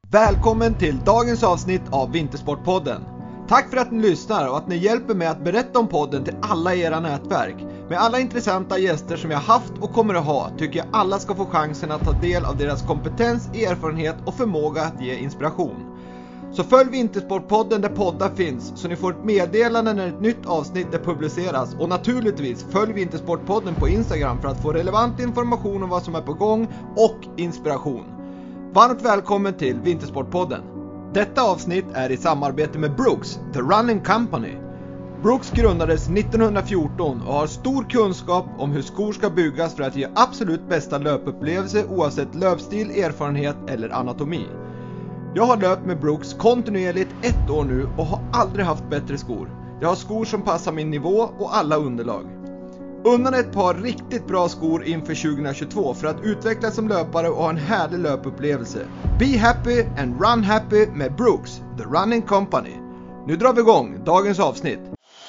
Välkommen till dagens avsnitt av Vintersportpodden. Tack för att ni lyssnar och att ni hjälper mig att berätta om podden till alla era nätverk. Med alla intressanta gäster som jag haft och kommer att ha tycker jag alla ska få chansen att ta del av deras kompetens, erfarenhet och förmåga att ge inspiration. Så följ Vintersportpodden där poddar finns så ni får ett meddelande när ett nytt avsnitt är publiceras. Och naturligtvis följ Vintersportpodden på Instagram för att få relevant information om vad som är på gång och inspiration. Varmt välkommen till Vintersportpodden. Detta avsnitt är i samarbete med Brooks, The Running Company. Brooks grundades 1914 och har stor kunskap om hur skor ska byggas för att ge absolut bästa löpupplevelse oavsett löpstil, erfarenhet eller anatomi. Jag har löpt med Brooks kontinuerligt 1 år nu och har aldrig haft bättre skor. Jag har skor som passar min nivå och alla underlag. Undan ett par riktigt bra skor inför 2022 för att utvecklas som löpare och ha en härlig löpupplevelse. Be happy and run happy med Brooks, The Running Company. Nu drar vi igång dagens avsnitt.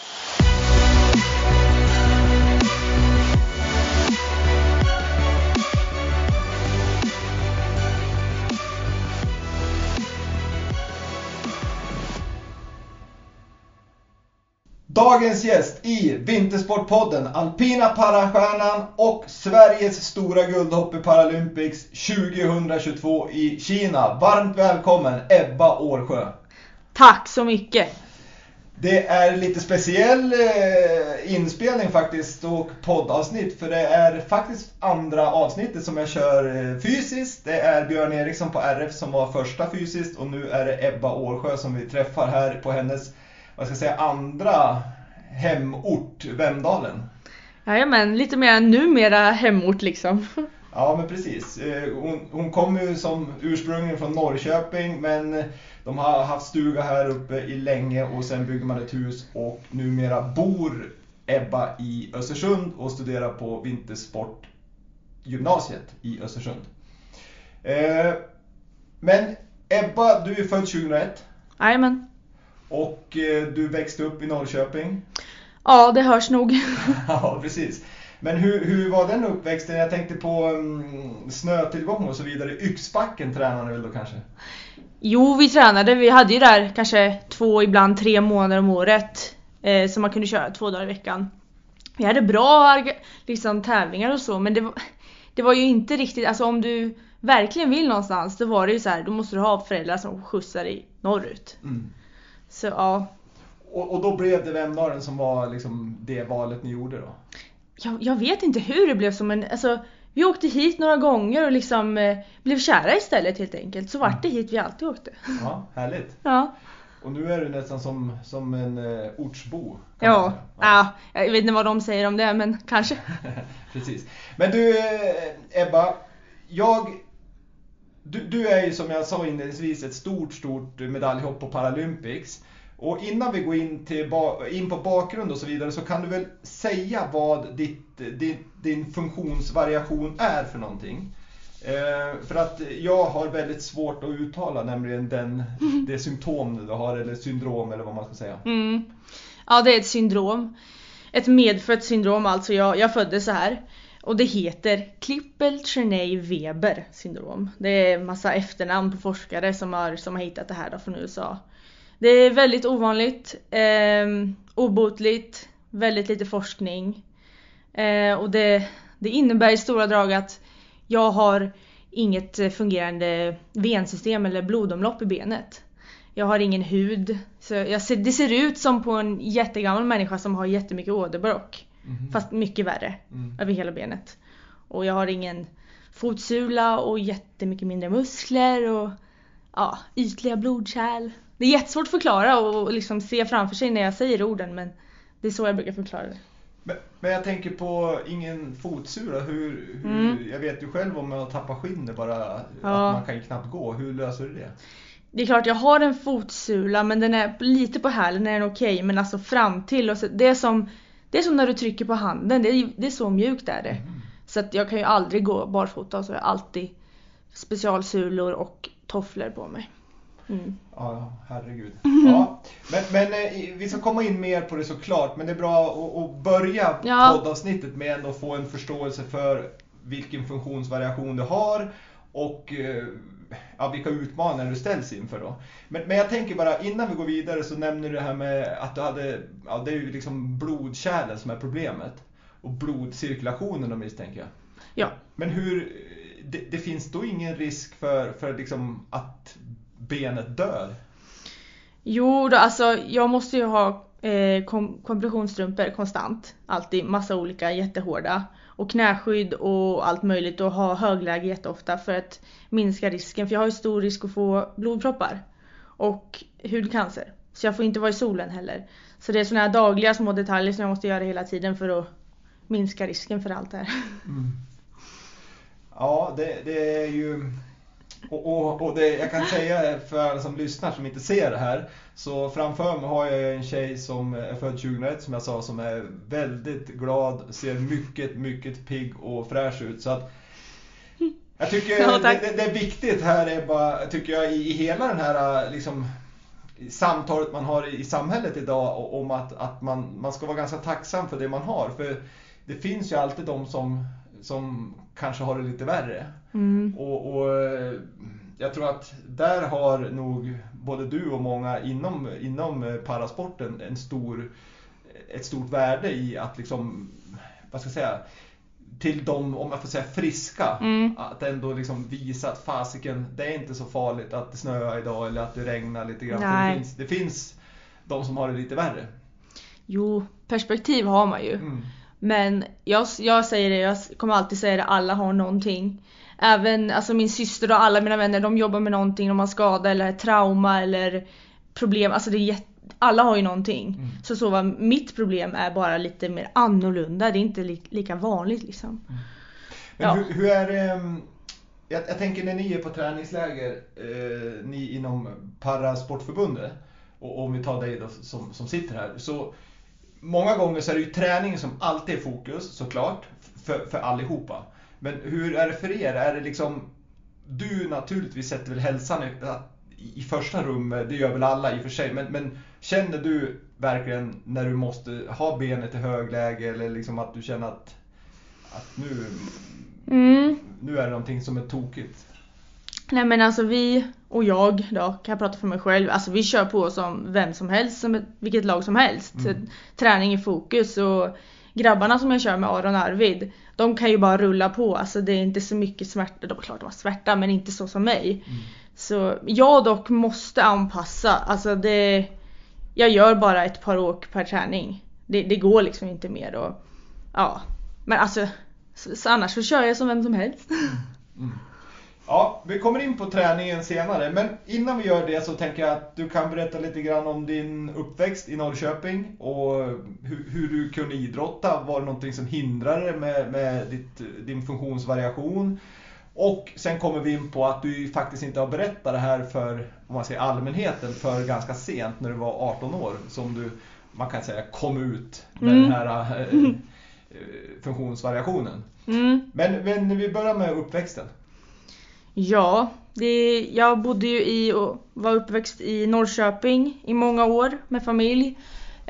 Dagens gäst i Vintersportpodden, alpina parastjärnan och Sveriges stora guldhopp i Paralympics 2022 i Kina. Varmt välkommen Ebba Årsjö. Tack så mycket. Det är lite speciell inspelning faktiskt och poddavsnitt, för det är faktiskt andra avsnittet som jag kör fysiskt. Det är Björn Eriksson på RF som var första fysiskt och nu är det Ebba Årsjö som vi träffar här på hennes, vad ska jag säga, andra hemort, Vemdalen. Jajamän, lite mer numera hemort liksom. Ja, men precis. Hon kommer ju som ursprungligen från Norrköping, men de har haft stuga här uppe i länge och sen bygger man ett hus och numera bor Ebba i Östersund och studerar på Vintersportgymnasiet i Östersund. Men Ebba, du är född 2001. Jajamän. Och du växte upp i Norrköping. Ja, det hörs nog. Ja, precis. Men hur var den uppväxten? Jag tänkte på snötillgång och så vidare. Yxbacken tränade väl då kanske? Jo, vi tränade. Vi hade ju där kanske 2, ibland 3 månader om året. Så man kunde köra 2 dagar i veckan. Vi hade bra liksom, tävlingar och så. Men det var ju inte riktigt... Alltså om du verkligen vill någonstans, då var det ju så här. Då måste du ha föräldrar som skjutsar dig norrut. Mm. Så ja. Och då blev det Vemdalen som var liksom det valet ni gjorde då? Jag vet inte hur det blev som en... Alltså, vi åkte hit några gånger och liksom blev kära istället helt enkelt. Så vart det hit vi alltid åkte. Ja, härligt. Ja. Och nu är du nästan som en ortsbo. Ja, jag vet inte vad de säger om det, men kanske. Precis. Men du, Ebba, du är ju som jag sa inledningsvis ett stort medaljhopp på Paralympics. Och innan vi går in på bakgrund och så vidare så kan du väl säga vad din funktionsvariation är för någonting. För att jag har väldigt svårt att uttala nämligen det symptom du har eller syndrom eller vad man ska säga. Mm. Ja, det är ett syndrom. Ett medfött syndrom, alltså jag föddes så här. Och det heter Klippel-Trenaunay-Weber syndrom. Det är en massa efternamn på forskare som har hittat det här då från USA. Det är väldigt ovanligt, obotligt, väldigt lite forskning. Och det innebär i stora drag att jag har inget fungerande vensystem eller blodomlopp i benet. Jag har ingen hud. Så det ser ut som på en jättegammal människa som har jättemycket åderbråck. Fast mycket värre över hela benet. Och jag har ingen fotsula och jättemycket mindre muskler och ytliga blodkärl. Det är jättesvårt att förklara och liksom se framför sig när jag säger orden, men det är så jag brukar förklara det. Men jag tänker på ingen fotsula. Jag vet ju själv om jag tappar skinnet bara att man kan ju knappt gå. Hur löser du det? Det är klart jag har en fotsula, men den är lite på hälen är den okej, men alltså fram till och så, det är som när du trycker på handen, det är så mjukt är det. Så att jag kan ju aldrig gå barfota, så jag har alltid specialsulor och tofflor på mig. Ja, herregud. Ja. Men vi ska komma in mer på det såklart, men det är bra att börja poddavsnittet med att få en förståelse för vilken funktionsvariation du har och vilka utmaningar du ställs inför då. Men jag tänker bara, innan vi går vidare så nämner du det här med att du hade, det är ju liksom blodkärlen som är problemet. Och blodcirkulationen då, misstänker jag. Ja. Men hur, det finns då ingen risk för liksom att benet dör? Jo, då, alltså jag måste ju ha kompressionsstrumpor konstant. Alltid massa olika jättehårda. Och knäskydd och allt möjligt. Och ha högläge jätteofta för att minska risken. För jag har ju stor risk att få blodproppar. Och hudcancer. Så jag får inte vara i solen heller. Så det är såna här dagliga små detaljer som jag måste göra hela tiden för att minska risken för allt det här. Mm. Ja, det är ju... Och det, jag kan säga för alla som lyssnar som inte ser det här, så framför mig har jag en tjej som är född 2001 som jag sa, som är väldigt glad, ser mycket pigg och fräsch ut. Så att jag tycker det är viktigt här är bara, tycker jag, i hela den här liksom samtalet man har i samhället idag om att man ska vara ganska tacksam för det man har, för det finns ju alltid de som kanske har det lite värre. Och jag tror att där har nog både du och många inom parasporten ett stort värde i att liksom, vad ska jag säga, till de, om man får säga, friska, att ändå liksom visa att fasiken, det är inte så farligt att det snöar idag eller att det regnar lite grann. Det finns de som har det lite värre. Jo, perspektiv har man ju. Men jag säger det, jag kommer alltid säga det, alla har någonting. Även alltså min syster och alla mina vänner, de jobbar med någonting, de har skada eller trauma eller problem. Alltså alla har ju någonting. Så mitt problem är bara lite mer annorlunda, det är inte lika vanligt liksom. Men hur är det, jag tänker när ni är på träningsläger, ni inom Parasportförbundet, och om vi tar dig då som sitter här, så många gånger så är det ju träningen som alltid är fokus, såklart, för allihopa. Men hur är det för er? Är det liksom, du naturligtvis sätter väl hälsan i första rummet, det gör väl alla i och för sig. Men känner du verkligen när du måste ha benet i högläge, eller liksom att du känner att nu är det någonting som är tokigt? Nej, men alltså vi och jag då, kan jag prata för mig själv, alltså vi kör på som vem som helst, som vilket lag som helst. Träning i fokus, och grabbarna som jag kör med, Aron och Arvid, de kan ju bara rulla på, alltså det är inte så mycket smärta. De är klart de har smärta, men inte så som mig. Så jag dock måste anpassa, alltså jag gör bara ett par åk per träning. Det går liksom inte mer, och ja, men alltså så annars så kör jag som vem som helst. Ja, vi kommer in på träningen senare, men innan vi gör det så tänker jag att du kan berätta lite grann om din uppväxt i Norrköping och hur du kunde idrotta. Var det någonting som hindrade med din funktionsvariation? Och sen kommer vi in på att du faktiskt inte har berättat det här för, om man säger, allmänheten för ganska sent, när du var 18 år, som man kan säga, kom ut med den här funktionsvariationen. Men vi börjar med uppväxten. Ja, jag bodde ju och var uppväxt i Norrköping i många år med familj.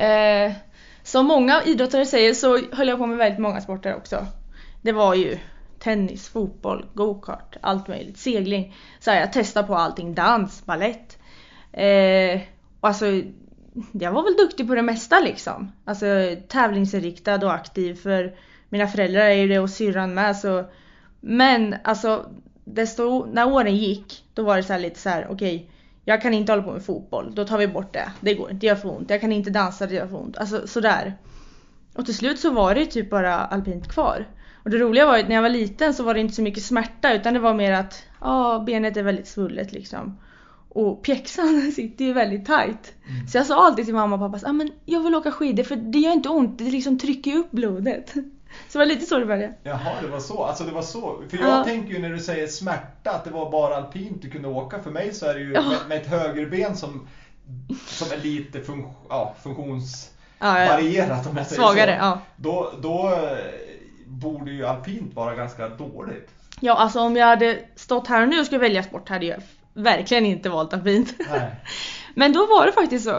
Som många idrottare säger så höll jag på med väldigt många sporter också. Det var ju tennis, fotboll, go-kart, allt möjligt, segling. Så jag testade på allting, dans, ballett. Alltså, jag var väl duktig på det mesta liksom. Alltså tävlingsinriktad och aktiv, för mina föräldrar är ju det och syrran med. Så. Men alltså, när åren gick, då var det så här lite så här: okej, jag kan inte hålla på med fotboll, då tar vi bort det. Det går inte, det gör för ont. Jag kan inte dansa, det gör för ont. Alltså sådär. Och till slut så var det typ bara alpint kvar. Och det roliga var att när jag var liten så var det inte så mycket smärta, utan det var mer att benet är väldigt svullet liksom. Och pjäxan sitter ju väldigt tajt. Så jag sa alltid till mamma och pappa, men jag vill åka skidor för det gör inte ont, det liksom trycker upp blodet. Så det var lite så det började. Jaha, det var så. Alltså det var så. För jag tänker ju när du säger smärta att det var bara alpint du kunde åka. För mig så är det ju med ett högerben som är lite funktionsvarierat, om jag säger svagare, så. Då borde ju alpint vara ganska dåligt. Ja, alltså om jag hade stått här och nu och skulle välja sport hade jag verkligen inte valt alpint. Nej. Men då var det faktiskt så.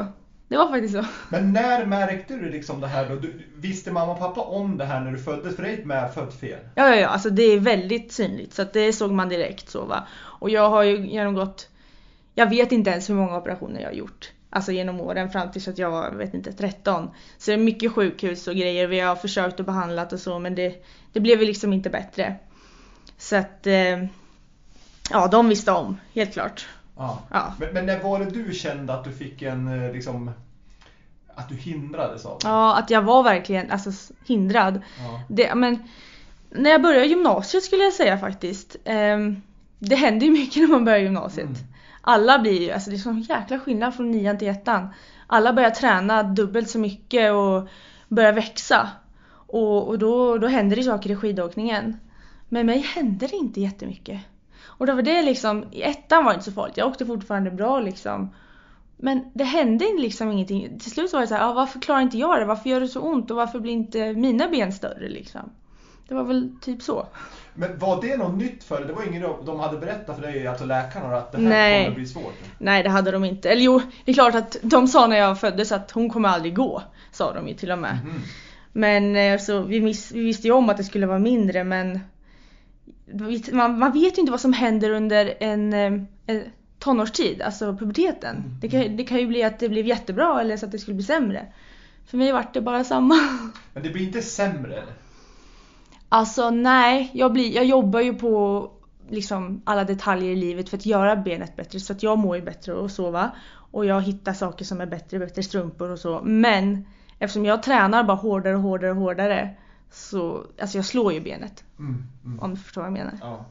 Det var faktiskt så. Men när märkte du liksom det här då? Visste mamma och pappa om det här när du föddes? För det är ett medfött fel. Ja, alltså det är väldigt synligt. Så att det såg man direkt så va. Och jag har ju genomgått, jag vet inte ens hur många operationer jag har gjort. Alltså genom åren fram tills att jag var, vet inte, 13. Så det är mycket sjukhus och grejer. Vi har försökt och behandlat och så, men det blev ju liksom inte bättre. Så att, ja, de visste om, helt klart. Ja. Men när var det du kände att du fick en, liksom, att du hindrades av det? Ja, att jag var verkligen hindrad. Ja. Men när jag började gymnasiet skulle jag säga faktiskt. Det händer ju mycket när man börjar gymnasiet. Alla blir ju, alltså det är sån jäkla skillnad från 9 till 1. Alla börjar träna dubbelt så mycket och börjar växa. Och då händer det saker i skidåkningen. Men mig hände det inte jättemycket. Och då var det liksom, i 1 var det inte så farligt. Jag åkte fortfarande bra liksom. Men det hände liksom ingenting. Till slut var det så här, varför klarar inte jag det? Varför gör det så ont? Och varför blir inte mina ben större liksom? Det var väl typ så. Men var det något nytt för dig? Det var inget de hade berättat för dig, alltså läkarna, att det här kommer bli svårt? Nej, det hade de inte. Eller jo, det är klart att de sa när jag föddes att hon kommer aldrig gå. Sa de ju till och med. Men så vi visste ju om att det skulle vara mindre, men man vet ju inte vad som händer under en tonårstid, alltså puberteten. Det kan ju bli att det blev jättebra eller så att det skulle bli sämre. För mig var det bara samma. Men det blir inte sämre eller? Alltså nej, jag jobbar ju på liksom alla detaljer i livet för att göra benet bättre, så att jag mår ju bättre och sova. Och jag hittar saker som är bättre strumpor och så. Men eftersom jag tränar bara hårdare så, alltså jag slår ju benet. Om du förstår vad jag menar. Ja.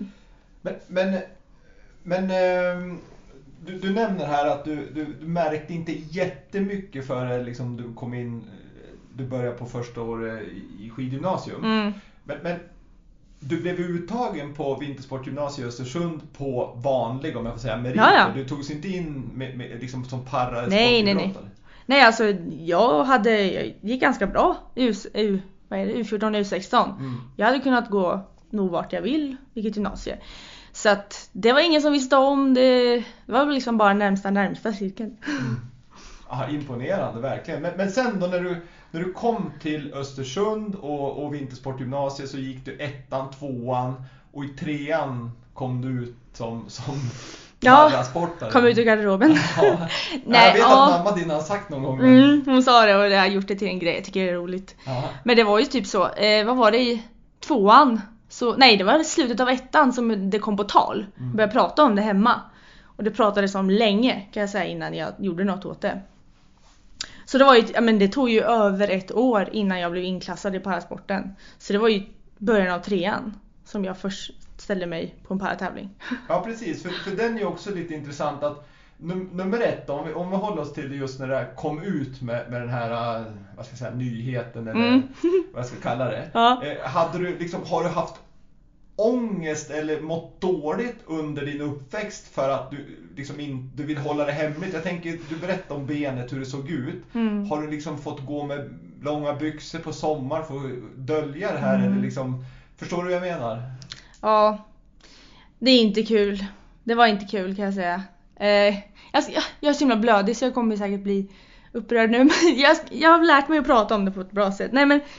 Men du nämner här att du märkte inte jättemycket före liksom du kom in, du började på första året i skidgymnasium. Men du blev uttagen på Vintersportgymnasiet i Östersund på vanlig, om jag får säga, meriter. Ja. Du togs inte in med liksom som para. Nej, alltså jag gick ganska bra U14 och U16. Jag hade kunnat gå nog vart jag vill, vilket gymnasie. Så att det var ingen som visste om det. Det var liksom bara närmsta cirkeln. Ja, imponerande verkligen. Men sen då när du kom till Östersund och Vintersportgymnasiet, så gick du 1:an, 2:an och i 3:an kom du ut som parasportare. Kom ut ur garderoben. Ja. Nej, jag vet att mamma din har sagt någon gång. Hon sa det och jag har gjort det till en grej. Jag tycker det är roligt. Aha. Men det var ju typ så. Vad var det i 2:an? Så, nej, det var slutet av 1:an som det kom på tal. Jag började prata om det hemma. Och det pratades om länge, kan jag säga, innan jag gjorde något åt det. Så det var ju, men det tog ju över 1 år innan jag blev inklassad i parasporten. Så det var ju början av 3:an som jag först ställde mig på en paratävling. Ja, precis. För den är ju också lite intressant att nummer 1, om vi håller oss till det just när det kom ut med den här, vad ska jag säga, nyheten eller vad jag ska kalla det. Ja. Har du haft ångest eller mått dåligt under din uppväxt för att du vill hålla det hemligt? Jag tänker, du berättade om benet, hur det såg ut. Har du liksom fått gå med långa byxor på sommar för att dölja det här? Eller liksom, förstår du vad jag menar? Ja, det är inte kul. Det var inte kul, kan jag säga. Jag är så himla blödig så jag kommer säkert bli upprörd nu. Men jag har lärt mig att prata om det på ett bra sätt. Nej, men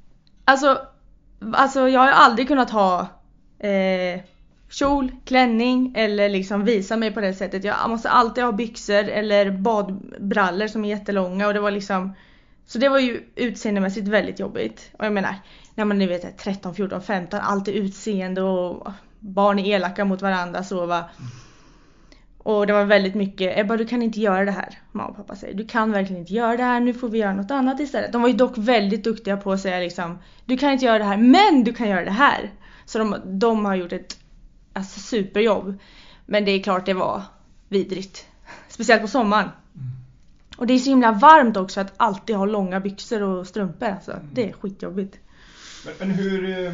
alltså jag har aldrig kunnat ha kjol, klänning eller liksom visa mig på det sättet. Jag måste alltid ha byxor eller badbrallor som är jättelånga, och det var liksom, så det var ju utseendemässigt väldigt jobbigt. Och jag menar, när man nu vet 13, 14, 15, alltid utseende och barn är elaka mot varandra så va. Och det var väldigt mycket, Ebba, du kan inte göra det här. Mamma och pappa säger, du kan verkligen inte göra det här, nu får vi göra något annat istället. De var ju dock väldigt duktiga på att säga liksom, du kan inte göra det här, men du kan göra det här. Så de har gjort ett superjobb. Men det är klart det var vidrigt. Speciellt på sommaren. Och det är så himla varmt också att alltid ha långa byxor och strumpor. Alltså. Det är skitjobbigt. Men hur...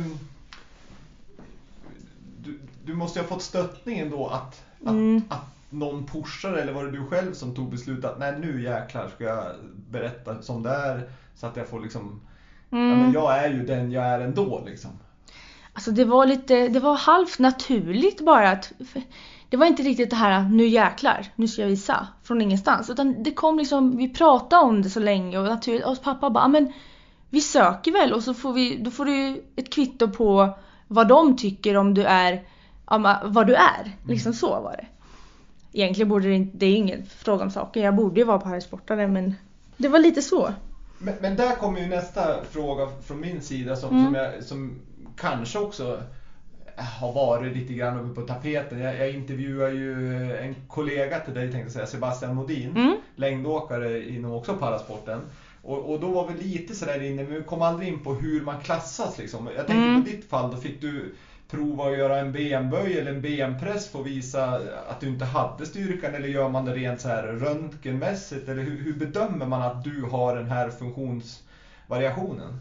Du måste ju ha fått stöttningen då att någon pushar, eller var det du själv som tog beslutet att nej, nu jäklar ska jag berätta som det är, så att jag får liksom men jag är ju den jag är ändå liksom. Alltså det var halvt naturligt bara att det var inte riktigt det här, nu jäklar, nu ska jag visa från ingenstans. Utan det kom liksom, vi pratade om det så länge och naturligt, och pappa bara, men vi söker väl och så då får du ett kvitto på vad de tycker om du är, vad du är. Liksom så var det. Egentligen borde det är ingen fråga om saker, jag borde ju vara parasportare, men det var lite så. Men där kommer ju nästa fråga från min sida som kanske också har varit lite grann uppe på tapeten. Jag intervjuar ju en kollega till dig, tänkte jag säga, Sebastian Modin, längdåkare inom också parasporten. Och då var vi lite sådär inne, men vi kom aldrig in på hur man klassas liksom. Jag tänkte på ditt fall, då fick du prova att göra en benböj eller en benpress för att visa att du inte hade styrkan, eller gör man det rent så här röntgenmässigt, eller hur bedömer man att du har den här funktionsvariationen?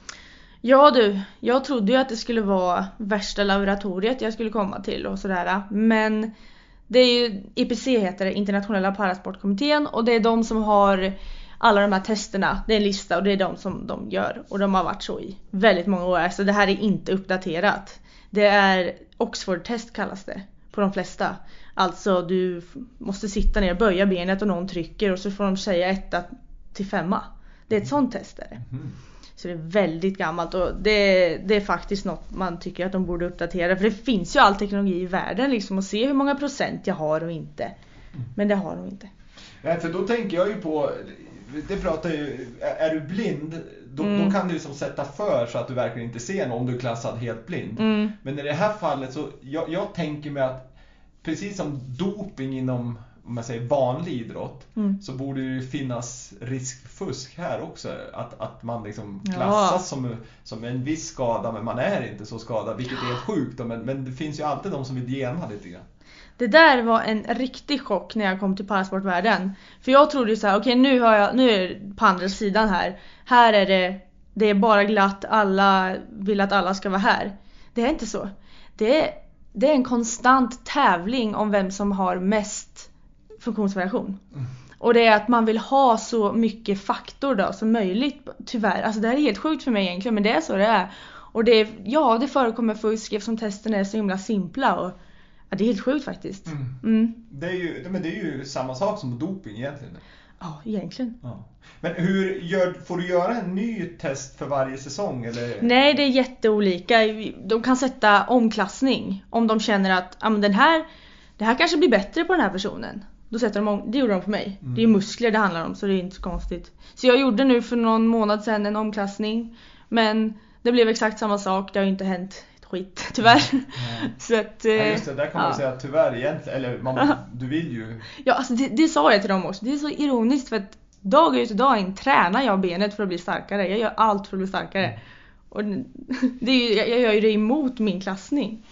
Ja du, jag trodde ju att det skulle vara värsta laboratoriet jag skulle komma till och sådär, men det är ju IPC heter det, Internationella Parasportkommittén, och det är de som har alla de här testerna, det är en lista och det är de som de gör, och de har varit så i väldigt många år, så det här är inte uppdaterat. Det är Oxford-test kallas det på de flesta. Alltså du måste sitta ner och böja benet och någon trycker och så får de säga 1 till 5. Det är ett sånt test där. Så det är väldigt gammalt och det är faktiskt något man tycker att de borde uppdatera. För det finns ju all teknologi i världen liksom, att se hur många procent jag har och inte. Men det har de inte. Nej, för då tänker jag ju på, det pratar ju, är du blind, då kan du liksom sätta för så att du verkligen inte ser någon om du är klassad helt blind. Men i det här fallet så, jag tänker mig att precis som doping inom, om man säger vanlig idrott, så borde det ju finnas risk för fusk här också. Att man liksom klassas som en viss skada, men man är inte så skadad, vilket är helt sjukt. Men det finns ju alltid de som vill gena lite grann. Det där var en riktig chock när jag kom till parasportvärlden. För jag trodde ju så här, okej, nu är det på andra sidan här. Här är det är bara glatt, alla vill att alla ska vara här. Det är inte så. Det är en konstant tävling om vem som har mest funktionsvariation. Och det är att man vill ha så mycket faktor då som möjligt, tyvärr. Alltså det här är helt sjukt för mig egentligen, men det är så det är. Och det förekommer fusk eftersom testen är så himla simpla och ja, det är helt sjukt faktiskt. Det är ju samma sak som doping egentligen. Ja, egentligen. Ja. Men får du göra en ny test för varje säsong? Eller? Nej, det är jätteolika. De kan sätta omklassning om de känner att det här kanske blir bättre på den här personen. Då sätter de det gjorde de på mig. Det är muskler det handlar om, så det är inte så konstigt. Så jag gjorde nu för någon månad sedan en omklassning, men det blev exakt samma sak. Det har inte hänt skit, tyvärr. Så att, ja, just det, där kan man säga tyvärr egentligen, eller du vill ju. Ja, alltså det sa jag till dem också. Det är så ironiskt för att dag ut och dag in tränar jag benet för att bli starkare. Jag gör allt för att bli starkare. Och jag gör ju det emot min klassning.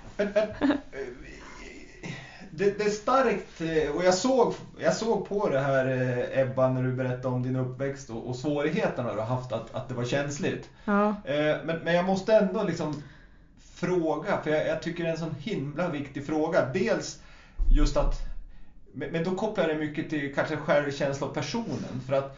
Det är starkt, och jag såg på det här, Ebba, när du berättade om din uppväxt och svårigheterna du har haft, att det var känsligt. Ja. Men jag måste ändå liksom fråga, för jag tycker det är en sån himla viktig fråga. Dels just att, men då kopplar det mycket till kanske självkänsla och personen, för att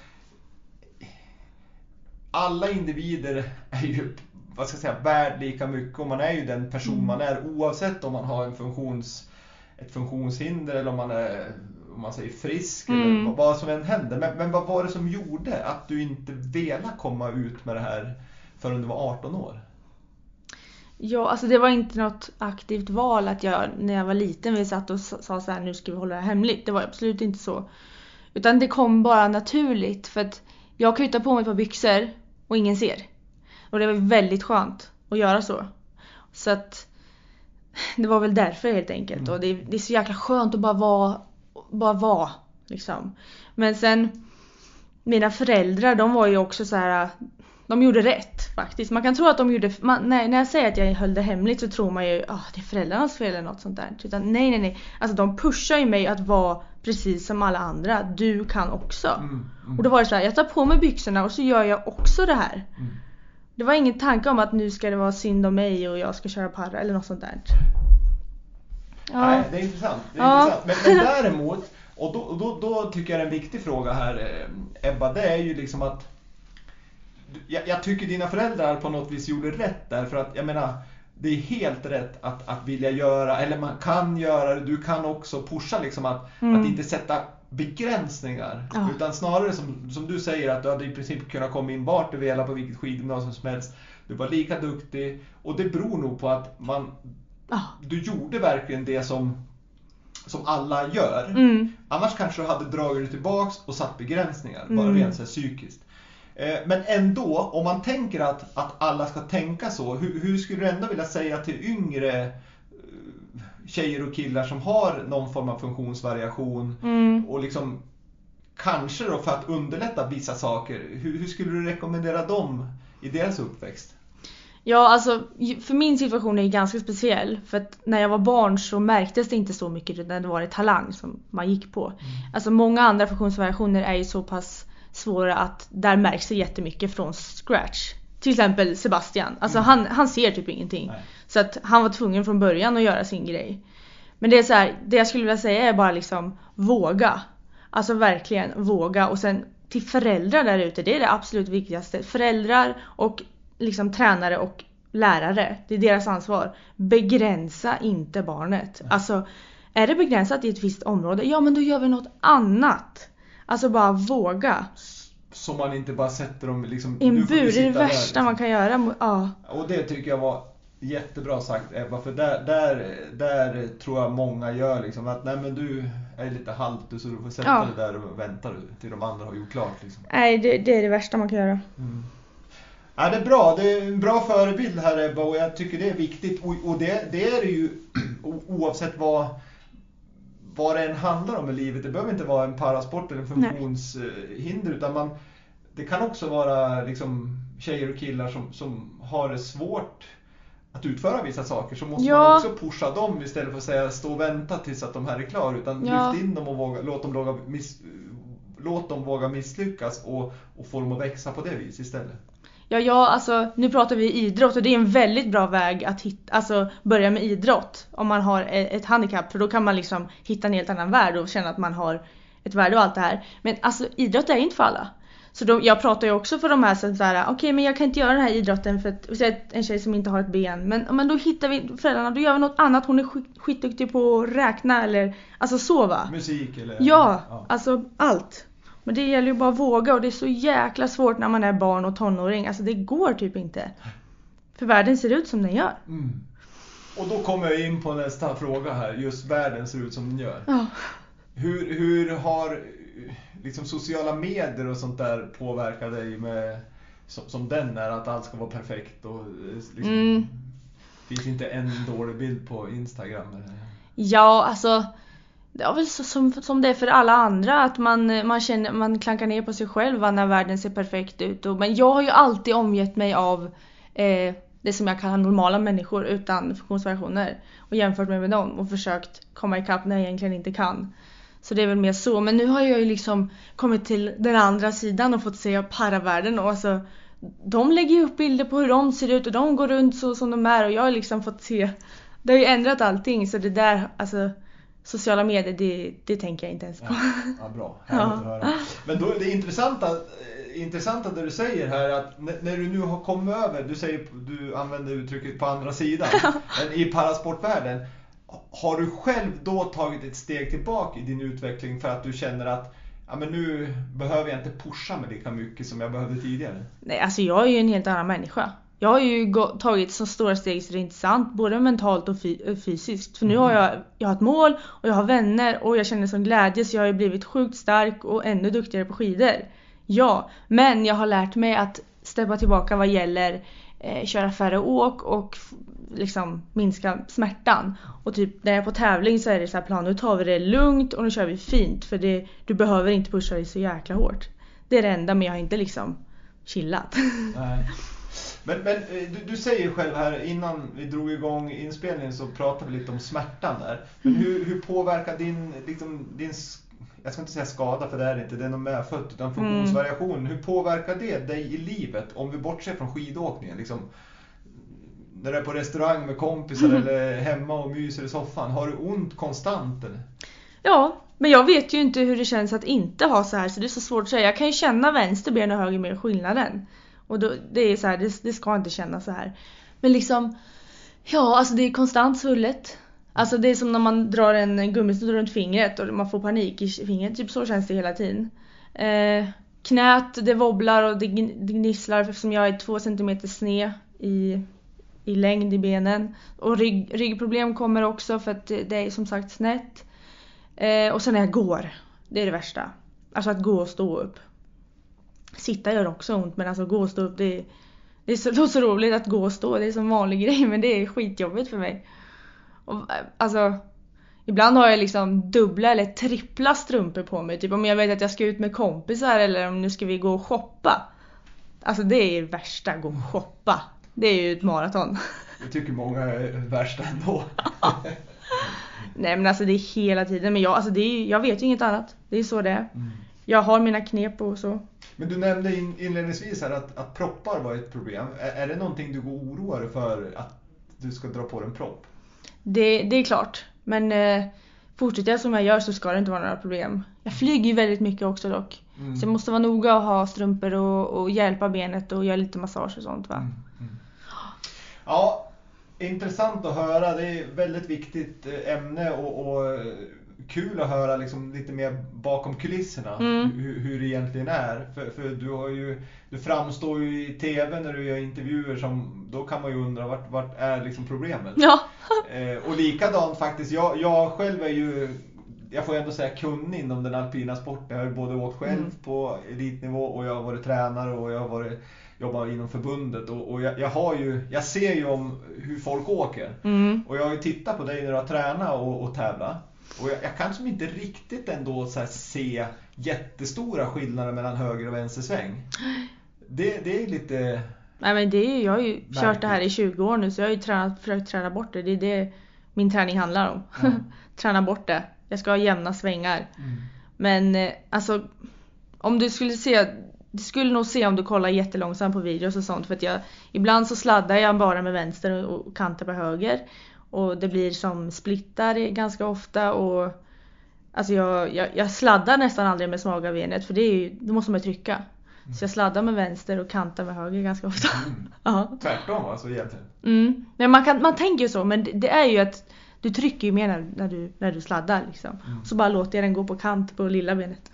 alla individer är ju, vad ska jag säga, värd lika mycket, och man är ju den person man är, oavsett om man har ett funktionshinder eller om man säger frisk eller vad som än händer. Men vad var det som gjorde att du inte ville komma ut med det här förrän du var 18 år? Ja, alltså det var inte något aktivt val att jag, när jag var liten, vi satt och sa så här, nu ska vi hålla det hemligt. Det var absolut inte så. Utan det kom bara naturligt, för att jag kan ju ta på mig ett par byxor och ingen ser. Och det var väldigt skönt att göra så. Så att det var väl därför helt enkelt. Och det är så jäkla skönt att bara vara liksom. Men sen, mina föräldrar, de var ju också så här, de gjorde rätt faktiskt. Man kan tro att de gjorde, när jag säger att jag höll det hemligt så tror man ju, det är föräldrarnas fel eller något sånt där. Utan nej. Alltså de pushar ju mig att vara precis som alla andra. Du kan också. Och då var det så här, jag tar på mig byxorna och så gör jag också det här. Det var ingen tanke om att nu ska det vara synd om mig och jag ska köra para eller något sånt där. Ja. Nej, det är intressant. Men däremot, och då tycker jag det är en viktig fråga här, Ebba, det är ju liksom att jag tycker dina föräldrar på något vis gjorde rätt där, för att jag menar, det är helt rätt att vilja göra, eller man kan göra det, du kan också pusha liksom att inte sätta begränsningar, utan snarare som du säger, att du hade i princip kunnat komma in vart du vill på vilket skidgymnasium som helst, du var lika duktig, och det beror nog på att du gjorde verkligen det som alla gör. Annars kanske du hade dragit dig tillbaks och satt begränsningar, bara rent så här psykiskt. Men ändå, om man tänker att alla ska tänka så, hur skulle du ändå vilja säga till yngre tjejer och killar som har någon form av funktionsvariation och liksom kanske då för att underlätta vissa saker, hur skulle du rekommendera dem i deras uppväxt? Ja, alltså för min situation är ganska speciell, för att när jag var barn så märktes det inte så mycket utan det var en talang som man gick på. Alltså många andra funktionsvariationer är ju så pass svåra att där märks det jättemycket från scratch. Till exempel Sebastian, alltså han ser typ ingenting. Nej. Så att han var tvungen från början att göra sin grej. Men det är så här, det jag skulle vilja säga är bara liksom våga. Alltså verkligen våga. Och sen till föräldrar där ute, det är det absolut viktigaste. Föräldrar och liksom tränare och lärare, det är deras ansvar. Begränsa inte barnet. Alltså är det begränsat i ett visst område, ja men då gör vi något annat. Alltså bara våga. Så man inte bara sätter dem liksom i en bur, det är det värsta liksom man kan göra. Ja. Och det tycker jag var jättebra sagt, Ebba, för där tror jag många gör liksom att nej men du är lite halvt så du får sätta dig där och vänta till de andra har gjort klart liksom. Nej, det är det värsta man kan göra. Ja, det är bra, det är en bra förebild här, Ebba, och jag tycker det är viktigt, och det är det ju oavsett vad det än handlar om i livet. Det behöver inte vara en parasport eller en funktionshinder, utan det kan också vara liksom tjejer och killar som har det svårt att utföra vissa saker, så måste man också pusha dem istället för att säga stå och vänta tills att de här är klara, utan lyft in dem och låt dem våga misslyckas och få dem att växa på det vis istället. Ja, alltså nu pratar vi idrott och det är en väldigt bra väg att börja med idrott om man har ett handikapp, för då kan man liksom hitta en helt annan värld och känna att man har ett värde och allt det här. Men alltså idrott är inte för alla. Så jag pratar ju också för de här som såhär, okej, men jag kan inte göra den här idrotten för att en tjej som inte har ett ben. Men då hittar vi föräldrarna, då gör vi något annat. Hon är skitduktig på att räkna eller alltså sova. Musik eller... Ja, alltså allt. Men det gäller ju bara att våga, och det är så jäkla svårt när man är barn och tonåring. Alltså det går typ inte. För världen ser ut som den gör. Och då kommer jag in på nästa fråga här. Just världen ser ut som den gör. Ja. Hur har liksom sociala medier och sånt där påverkat dig med som den är, att allt ska vara perfekt och liksom, finns inte en dålig bild på Instagram? Eller? Ja, alltså det är väl som det är för alla andra, att man klankar ner på sig själv när världen ser perfekt ut. Men jag har ju alltid omgett mig av det som jag kallar normala människor utan funktionsvariationer och jämfört mig med dem och försökt komma ikapp när jag egentligen inte kan. Så det är väl mer så. Men nu har jag ju liksom kommit till den andra sidan och fått se paravärlden, och alltså de lägger ju upp bilder på hur de ser ut och de går runt så som de är, och jag har liksom fått se, det har ju ändrat allting, så det där, alltså sociala medier, det tänker jag inte ens på. Ja, bra. Härligt att höra. Men då är det intressanta det du säger här, att när du nu har kommit över, du använder uttrycket på andra sidan, men i parasportvärlden, har du själv då tagit ett steg tillbaka i din utveckling för att du känner att men nu behöver jag inte pusha mig lika mycket som jag behövde tidigare? Nej, alltså jag är ju en helt annan människa. Jag har ju tagit så stora steg så det är inte sant, både mentalt och fysiskt. För nu har jag har ett mål och jag har vänner och jag känner sån glädje, så jag har ju blivit sjukt stark och ännu duktigare på skidor. Ja, men jag har lärt mig att steppa tillbaka vad gäller köra färre åk och liksom minska smärtan. Och typ när jag är på tävling så är det så här plan, nu tar vi det lugnt och nu kör vi fint, för du behöver inte pusha dig så jäkla hårt. Det är det enda, men jag har inte liksom chillat. Nej. Men du säger själv här, innan vi drog igång inspelningen så pratade vi lite om smärtan där. Men hur påverkar din jag ska inte säga skada, för det är inte, det är något medfött, utan funktionsvariation. Hur påverkar det dig i livet, om vi bortser från skidåkningen? Liksom, när du är på restaurang med kompisar eller hemma och myser i soffan, har du ont konstant eller? Ja, men jag vet ju inte hur det känns att inte ha så här, så det är så svårt att säga. Jag kan ju känna vänster ben och höger ben skillnaden. Och då, det är så här, det ska inte kännas så här. Men liksom Ja, alltså det är konstant svullet. Alltså det är som när man drar en gummisnodd runt fingret och man får panik i fingret. Typ så känns det hela tiden. Knät, det wobblar och det gnisslar eftersom jag är 2 centimeter sned i längd i benen. Och ryggproblem kommer också för att det är som sagt snett. Och sen när jag går, det är det värsta. Alltså att gå och stå upp. Sitta gör också ont, men alltså gå och stå upp, det är så roligt att gå och stå. Det är som vanlig grej, men det är skitjobbigt för mig. Och, alltså, ibland har jag liksom dubbla eller trippla strumpor på mig. Typ om jag vet att jag ska ut med kompisar eller om nu ska vi gå och shoppa. Alltså det är det värsta, gå och shoppa. Det är ju ett maraton. Jag tycker många är värsta ändå. Nej men alltså det är hela tiden. Men jag vet ju inget annat. Det är så det är. Jag har mina knep och så. Men du nämnde inledningsvis här att proppar var ett problem. Är det någonting du går oroar för att du ska dra på en propp? Det är klart. Men fortsätter jag som jag gör så ska det inte vara några problem. Jag flyger ju väldigt mycket också dock. Så jag måste vara noga och ha strumpor och hjälpa benet och göra lite massage och sånt va. Ja, intressant att höra. Det är ett väldigt viktigt ämne och kul att höra liksom lite mer bakom kulisserna hur det egentligen är. För du framstår ju i tv när du gör intervjuer som, då kan man ju undra vart är liksom problemet. Ja. Och likadant faktiskt, jag själv är ju, jag får ändå säga kunnig inom den alpina sporten. Jag har ju både åkt själv på elitnivå och jag har varit tränare och jag har jobbat inom förbundet och jag ser ju om hur folk åker. Och jag har ju tittat på dig när du har tränat och tävlat. Och jag kanske inte riktigt ändå så här se jättestora skillnader mellan höger och vänster sväng. Det är lite... Nej men jag har ju kört det här i 20 år nu så jag har ju försökt träna bort det. Det är det min träning handlar om. Träna bort det. Jag ska ha jämna svängar. Men alltså om du skulle nog se om du kollar jättelångsamt på videos och sånt. För att ibland så sladdar jag bara med vänster och kantar på höger. Och det blir som splittar ganska ofta och alltså jag sladdar nästan aldrig med svaga benet för det måste man trycka. Så jag sladdar med vänster och kantar med höger ganska ofta. Tvärtom alltså egentligen. Men man tänker ju så, men det är ju att du trycker ju mer när du sladdar liksom. Så bara låter jag den gå på kant på lilla benet.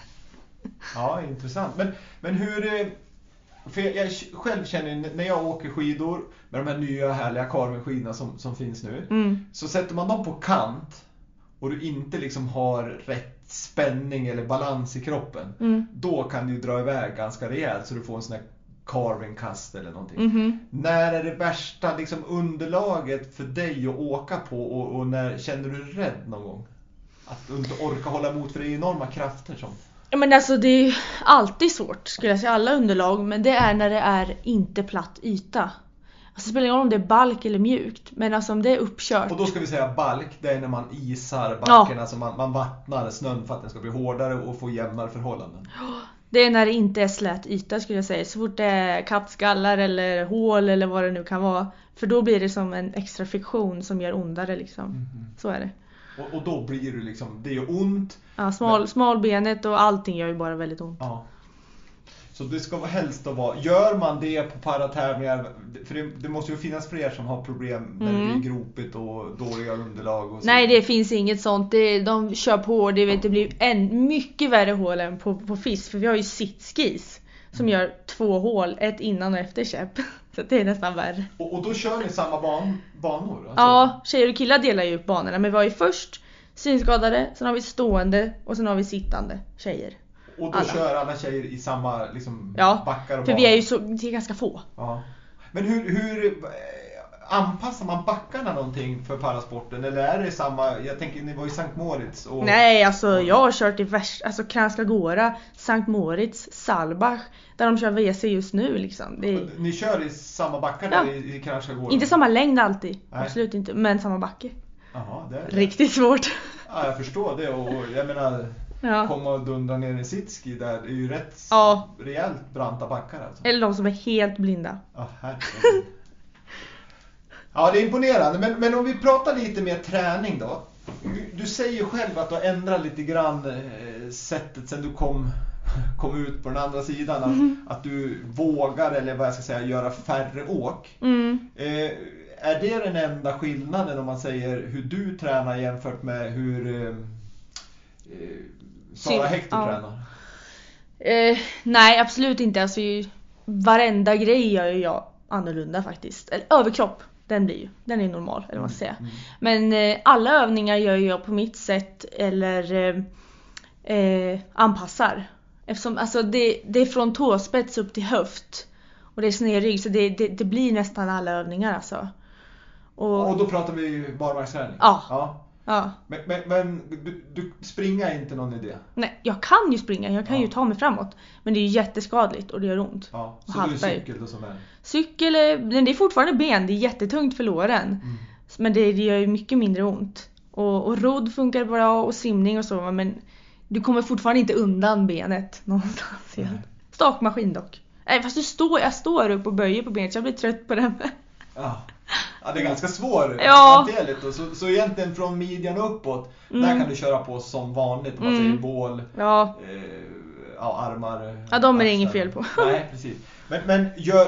Ja, intressant. Men hur... För jag själv känner när jag åker skidor med de här nya härliga Carmen-skidorna som finns nu. Så sätter man dem på kant och du inte liksom har rätt spänning eller balans i kroppen. Då kan du dra iväg ganska rejält så du får en sån här Carmen-kast eller någonting. När är det värsta liksom underlaget för dig att åka på och när känner du rädd någon gång? Att du inte orkar hålla emot för det är enorma krafter som... Ja men alltså det är alltid svårt skulle jag säga alla underlag men det är när det är inte platt yta. Alltså det spelar ingen roll om det är balk eller mjukt men alltså om det är uppkört. Och då ska vi säga balk, det är när man isar backen, alltså man vattnar snön för att den ska bli hårdare och få jämnare förhållanden. Det är när det inte är slät yta skulle jag säga. Så fort det är kattskallar eller hål eller vad det nu kan vara. För då blir det som en extra friktion som gör ondare liksom. Så är det. Och då blir det liksom, det gör ont. Ja, smalbenet och allting gör ju bara väldigt ont. Ja. Så det ska helst att vara, gör man det på paratävlingar, för det måste ju finnas fler som har problem när det blir gropigt och dåliga underlag. Och så. Nej, det finns inget sånt. De kör på, det blir mycket värre hål än på fisk. För vi har ju sitskis som gör 2 hål, ett innan och efter käpp. Så det är nästan värre. Och då kör ni samma banor? Alltså. Ja, tjejer och killar delar ju upp banorna. Men vi har ju först synskadade, sen har vi stående och sen har vi sittande tjejer. Och då kör alla tjejer i samma liksom, backar och för banor. Vi är ganska få. Ja. Men hur anpassar man backarna någonting för parasporten? Eller är det samma, jag tänker ni var i Sankt Moritz och... Nej, alltså jag har kört i Kranjska Gora, Sankt Moritz, Saalbach, där de kör WC just nu liksom. Ni kör i samma backar där i Kranjska Gora? Inte samma längd alltid, absolut inte, men samma backe. Jaha, det är det. Riktigt svårt. Ja, jag förstår det och jag menar... Komma och dundra ner i sitski där, det är ju rätt rejält branta backar alltså. Eller de som är helt blinda. Herregud. Ja, det är imponerande. Men om vi pratar lite mer träning då. Du säger själv att du har ändrat lite grann sättet sen du kom ut på den andra sidan. Att du vågar, eller vad jag ska säga, göra färre åk. är det den enda skillnaden om man säger hur du tränar jämfört med hur Sara Hector tränar? Nej, absolut inte. Alltså, varenda grej gör jag annorlunda faktiskt. Eller överkropp, den är normal, eller vad man ska säga. Men alla övningar gör jag på mitt sätt eller anpassar. Eftersom alltså, det är från tåspets upp till höft. Och det är sned rygg, så det blir nästan alla övningar alltså. Och då pratar vi barmarksträning? Ja. Men du springer inte någon idé? Nej, jag kan ju springa, jag kan ju ta mig framåt. Men det är ju jätteskadligt och det gör ont. Ja, så det är cykel då som är? Cykel, men det är fortfarande ben, det är jättetungt för låren. Men det gör ju mycket mindre ont. Och rodd funkar bra och simning och så, men du kommer fortfarande inte undan benet någonstans igen. Stakmaskin dock. Nej, fast jag står upp och böjer på benet, så jag blir trött på den. Ja, det är ganska svårt hanterligt. Så egentligen från midjan uppåt, där kan du köra på som vanligt. Om man säger bål, armar. Ja, de är det inget fel på. Nej, precis. Men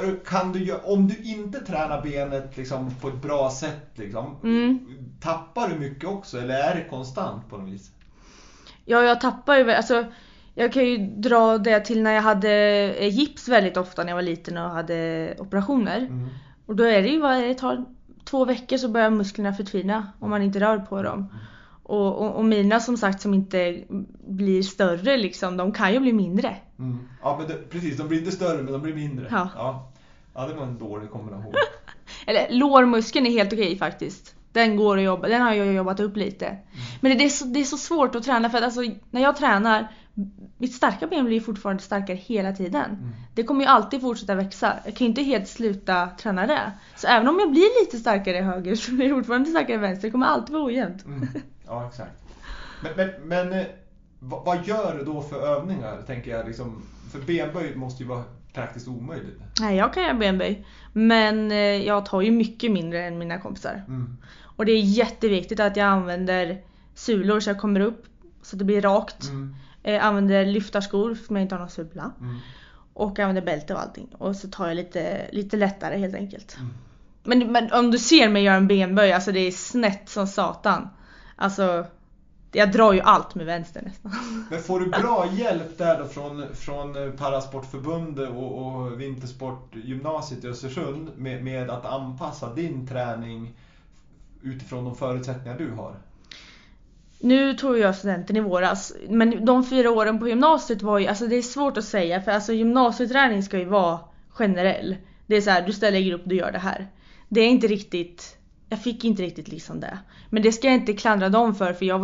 om du inte tränar benet liksom, på ett bra sätt, liksom, tappar du mycket också? Eller är det konstant på något vis? Ja, jag tappar ju. Alltså, jag kan ju dra det till när jag hade gips väldigt ofta när jag var liten och hade operationer. Och då är det ju det tar 2 veckor så börjar musklerna förtvina om man inte rör på dem. Och mina som sagt som inte blir större liksom, de kan ju bli mindre. Ja, men precis, de blir inte större men de blir mindre. Ja, det var en dålig kombination. Eller lårmuskeln är helt okej faktiskt. Den går att jobba, den har jag jobbat upp lite. Men det är så svårt att träna för att alltså, när jag tränar, mitt starka ben blir fortfarande starkare hela tiden. Det kommer ju alltid fortsätta växa. Jag kan ju inte helt sluta träna det. Så även om jag blir lite starkare i höger så blir jag fortfarande starkare i vänster. Det kommer alltid vara ojämnt. Ja, exakt. Men vad gör du då för övningar, tänker jag liksom? För benböj måste ju vara praktiskt omöjligt. Nej, jag kan göra benböj. Men jag tar ju mycket mindre än mina kompisar. Och det är jätteviktigt att jag använder sulor så jag kommer upp så det blir rakt. Använder lyftarskor för jag inte har någon sula. Och använder bälte och allting. Och så tar jag lite lättare helt enkelt. Men om du ser mig göra en benböj, alltså det är snett som satan. Alltså, jag drar ju allt med vänster nästan. Men får du bra hjälp där då från Parasportförbundet och Vintersportgymnasiet i Östersund med att anpassa din träning utifrån de förutsättningar du har? Nu tog jag studenten i våras, men de 4 åren på gymnasiet var ju, alltså det är svårt att säga, för alltså gymnasieträning ska ju vara generell. Det är så här, du ställer grupp, du gör det här. Det är inte riktigt, jag fick inte riktigt liksom det. Men det ska jag inte klandra dem för jag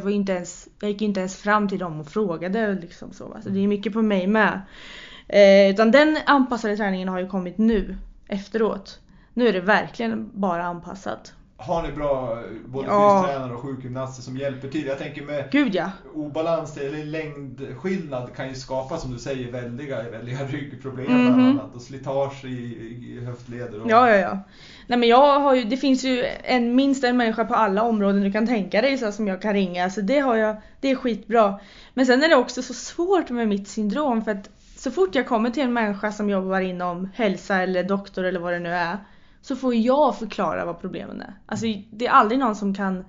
gick inte ens fram till dem och frågade liksom så. Alltså det är mycket på mig med. Utan den anpassade träningen har ju kommit nu, efteråt. Nu är det verkligen bara anpassat. Har ni bra både fystränare och sjukgymnaster som hjälper till? Jag tänker med obalans eller längdskillnad kan ju skapa, som du säger, väldiga ryggproblem bland annat, och slitage i höftleder. Och... Ja. Nej, men jag har ju, det finns ju minst en människa på alla områden du kan tänka dig så som jag kan ringa. Så det är skitbra. Men sen är det också så svårt med mitt syndrom, för att så fort jag kommer till en människa som jobbar inom hälsa eller doktor eller vad det nu är, så får jag förklara vad problemen är. Alltså det är aldrig någon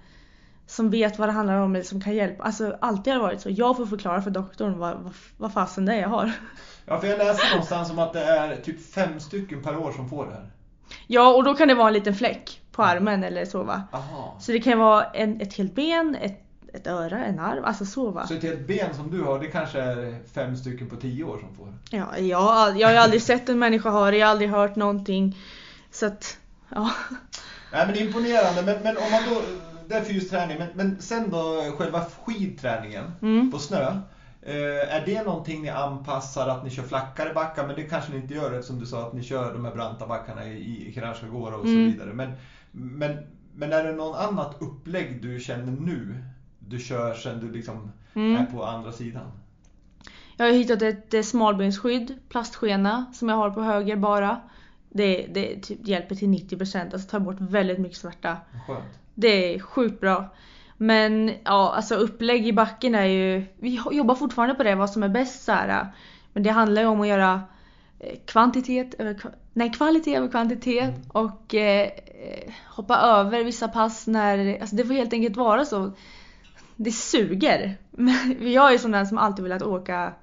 som vet vad det handlar om eller som kan hjälpa. Alltså alltid har det varit så. Jag får förklara för doktorn vad fasen det är jag har. Ja, för jag läste någonstans om att det är typ 5 stycken per år som får det här. Ja, och då kan det vara en liten fläck på armen eller så, va. Aha. Så det kan vara ett helt ben, ett öra, en arm, alltså så, va. Så ett helt ben som du har, det kanske är 5 stycken på 10 år som får? Ja, jag har aldrig sett en människa ha det, jag har aldrig hört någonting. Så att, ja. Nej, men imponerande. Men om man då, det är fysträning, men sen då själva skidträningen på snö. Är det någonting ni anpassar, att ni kör flackare backar? Men det kanske ni inte gör, eftersom du sa att ni kör de här branta backarna i Kranjskogora och så vidare. Men är det någon annat upplägg du känner nu du kör sen du liksom är på andra sidan? Jag har hittat ett smalbensskydd, plastskena, som jag har på höger bara. Det typ hjälper till 90%, alltså tar bort väldigt mycket smärta. Skönt. Det är sjukt bra. Men ja, alltså upplägg i backen är ju, vi jobbar fortfarande på det, vad som är bäst så här. Men det handlar ju om att göra kvalitet över kvantitet och hoppa över vissa pass när, alltså det får helt enkelt vara så. Det suger. Men jag är sån där som alltid velat åka.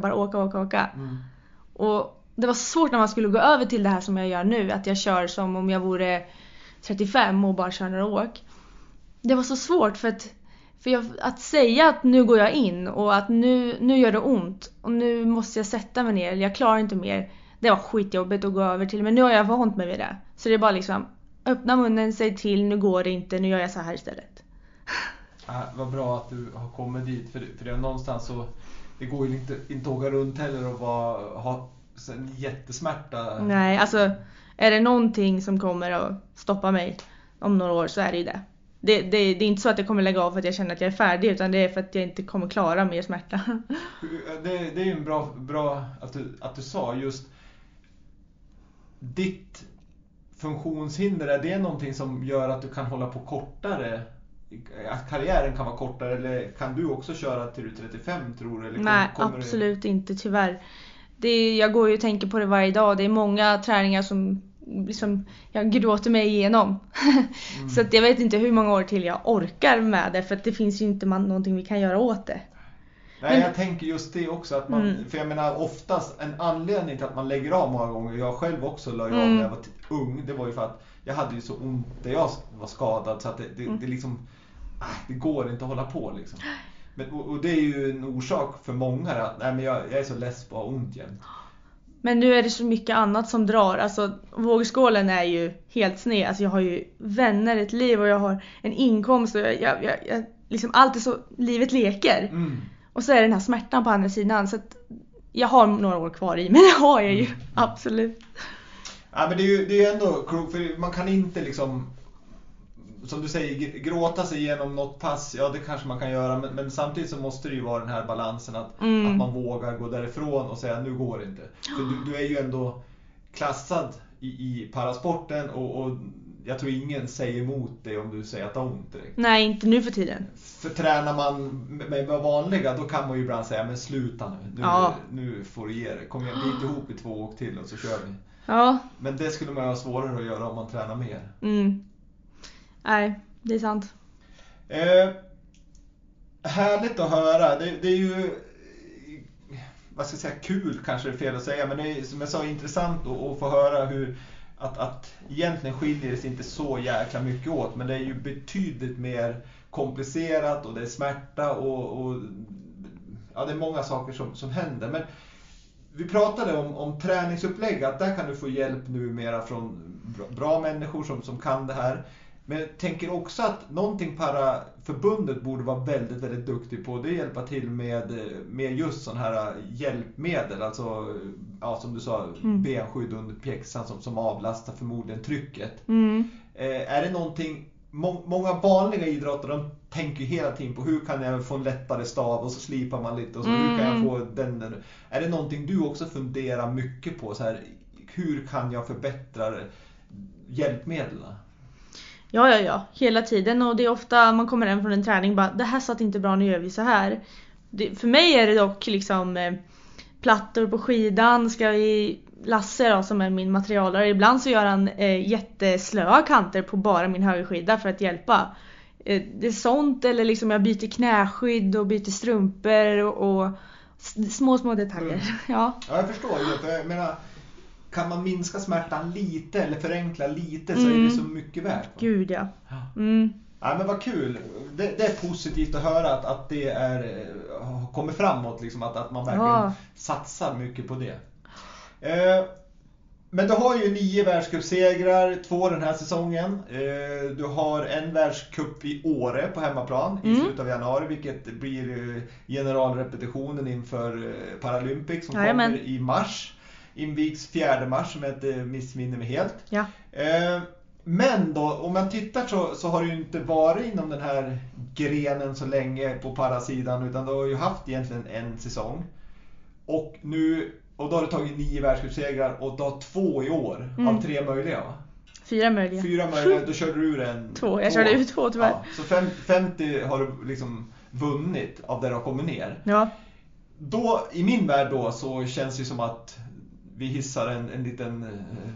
Och det var svårt när man skulle gå över till det här som jag gör nu, att jag kör som om jag vore 35 och bara kör några åk. Det var så svårt för att säga att nu går jag in och att nu gör det ont och nu måste jag sätta mig ner, eller jag klarar inte mer. Det var skitjobbigt att gå över till, men nu har jag vant mig vid det. Så det är bara liksom öppna munnen, säg till, nu går det inte, nu gör jag så här istället. Vad bra att du har kommit dit, för det är någonstans så, det går ju inte åka runt heller och ha en jättesmärta. Nej, alltså är det någonting som kommer att stoppa mig om några år så är det ju det. Det är inte så att jag kommer lägga av för att jag känner att jag är färdig, utan det är för att jag inte kommer klara mer smärta. Det är ju en bra att du sa just ditt funktionshinder. Är det någonting som gör att du kan hålla på kortare? Att karriären kan vara kortare, eller kan du också köra till 35 tror du? Eller Nej, absolut inte, tyvärr. Jag går ju och tänker på det varje dag. Det är många träningar som liksom, jag gråter mig igenom. Så att jag vet inte hur många år till jag orkar med det, för att det finns ju inte någonting vi kan göra åt det. Nej, jag tänker just det också, att man, för jag menar oftast en anledning till att man lägger av många gånger, jag själv också la av när jag var ung, det var ju för att jag hade ju så ont där jag var skadad, så att det liksom, det går inte att hålla på liksom. Men, och det är ju en orsak för många att nej, men jag är så less på att ha ont jämt. Men nu är det så mycket annat som drar. Alltså vågskålen är ju helt sned. Alltså jag har ju vänner, ett liv, och jag har en inkomst, och jag liksom allt är så, livet leker. Och så är det den här smärtan på andra sidan, så att jag har några år kvar i, men det har jag ju absolut. Ja, men det är ju ändå klokt, för man kan inte liksom, som du säger, gråta sig igenom något pass. Ja, det kanske man kan göra, men samtidigt så måste det ju vara den här balansen att man vågar gå därifrån och säga nu går det inte. För du är ju ändå klassad i parasporten, och jag tror ingen säger emot dig om du säger att det har ont direkt. Nej, inte nu för tiden. För tränar man med vanliga, då kan man ju ibland säga men sluta nu får du ge det. Kom igen, bit ihop i 2 åk till och så kör vi. Ja. Men det skulle man ha svårare att göra om man tränar mer. Nej, det är sant. Härligt att höra. Det är ju, vad ska jag säga, kul kanske är fel att säga, men det är som jag sa intressant att få höra hur att egentligen skiljer det sig inte så jäkla mycket åt, men det är ju betydligt mer komplicerat, och det är smärta och ja, det är många saker som händer. Men vi pratade om träningsupplägg, att där kan du få hjälp numera från bra människor som kan det här. Men jag tänker också att någonting Paraförbundet borde vara väldigt, väldigt duktig på, det är att hjälpa till med just sån här hjälpmedel. Alltså, ja, som du sa, benskydd under pjäxan som avlastar förmodligen trycket. Är det någonting, många vanliga idrottare, de tänker hela tiden på hur kan jag få en lättare stav, och så slipar man lite, och så hur kan jag få den. Är det någonting du också funderar mycket på, så här, hur kan jag förbättra hjälpmedlen? Ja, hela tiden, och det är ofta man kommer hem från en träning bara, det här satt inte bra, nu gör vi så här. För mig är det dock liksom plattor på skidan, ska vi Lasse då, som är min materialare, ibland så gör han jätteslöa kanter på bara min högerskida för att hjälpa. Det är sånt, eller liksom jag byter knäskydd och byter strumpor och små detaljer. Ja, jag förstår ju, för jag menar, kan man minska smärtan lite eller förenkla lite, så är det så mycket värt. Gud ja. Ja, men vad kul. Det är positivt att höra att det kommer framåt, liksom, att man verkligen satsar mycket på det. Men du har ju 9 världscupsegrar, 2 den här säsongen. Du har en världscup i Åre på hemmaplan i slutet av januari, vilket blir generalrepetitionen inför Paralympics som kommer i mars. Invigs 4 mars, som ett missminner mig helt. Ja. Men då, om man tittar så har du ju inte varit inom den här grenen så länge på parasidan, utan du har ju haft egentligen en säsong. Och då har du tagit 9 världscupsegrar, och du har 2 i år av 3 möjliga, va? 4 möjliga. 4 möjliga, då körde du ur 2. Jag körde ut 2 tyvärr. Ja, så 50 har du liksom vunnit av där du har kommit ner. Ja. Då, i min värld då, så känns det som att vi hissar en liten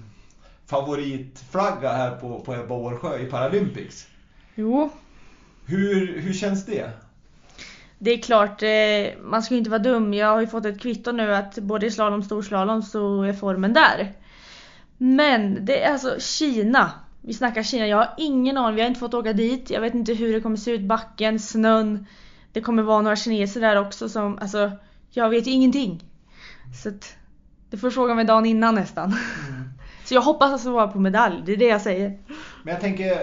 favoritflagga här på Ebba Årsjö i Paralympics. Jo. Hur känns det? Det är klart, man ska ju inte vara dum. Jag har ju fått ett kvitto nu att både i slalom och storslalom så är formen där. Men det är alltså Kina. Vi snackar Kina. Jag har ingen aning. Vi har inte fått åka dit. Jag vet inte hur det kommer se ut. Backen, snön. Det kommer vara några kineser där också som, alltså, jag vet ju ingenting. Så att, det får fråga mig dagen innan nästan. Så jag hoppas att vara på medalj. Det är det jag säger. Men jag tänker,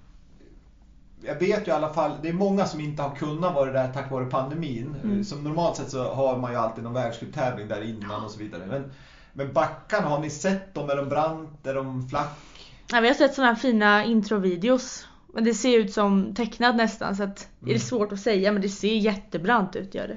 jag vet ju i alla fall, det är många som inte har kunnat vara där tack vare pandemin. Som normalt sett så har man ju alltid någon världscuptävling där innan och så vidare. Men backarna, har ni sett dem? Är de brant? Är de flack? Ja, vi har sett sådana här fina introvideos. Men det ser ut som tecknad nästan. Så att det är svårt att säga. Men det ser jättebrant ut, gör det.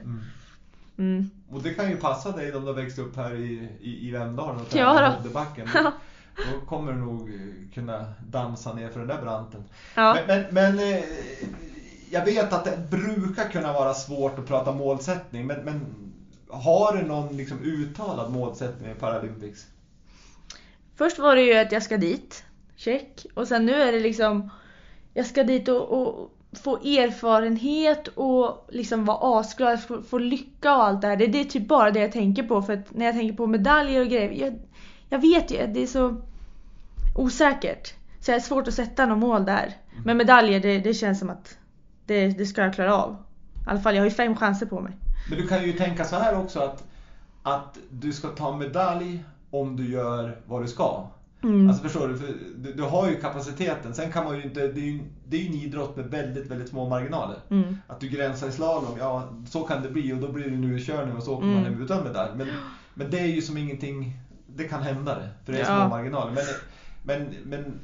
Och det kan ju passa dig om du har växt upp här i Vemdalen och Moddebacken. Då kommer du nog kunna dansa ner för den där branten. Ja. Men jag vet att det brukar kunna vara svårt att prata målsättning. Men har du någon liksom uttalad målsättning i Paralympics? Först var det ju att jag ska dit. Check. Och sen nu är det liksom, jag ska dit och få erfarenhet och liksom vara asglad, få lycka och allt det här. Det är typ bara det jag tänker på. För att när jag tänker på medaljer och grejer, jag vet ju att det är så osäkert. Så det är svårt att sätta någon mål där. Men medaljer, det känns som att det ska jag klara av. I alla fall, jag har ju 5 chanser på mig. Men du kan ju tänka så här också att du ska ta medalj om du gör vad du ska. Alltså förstår du, för du har ju kapaciteten. Sen kan man ju inte, det är ju en idrott med väldigt, väldigt små marginaler. Att du gränsar i slalom, ja så kan det bli och då blir det nu körning och så åker man hem utan medalj. Men det är ju som ingenting, det kan hända det, för det är små marginaler. Men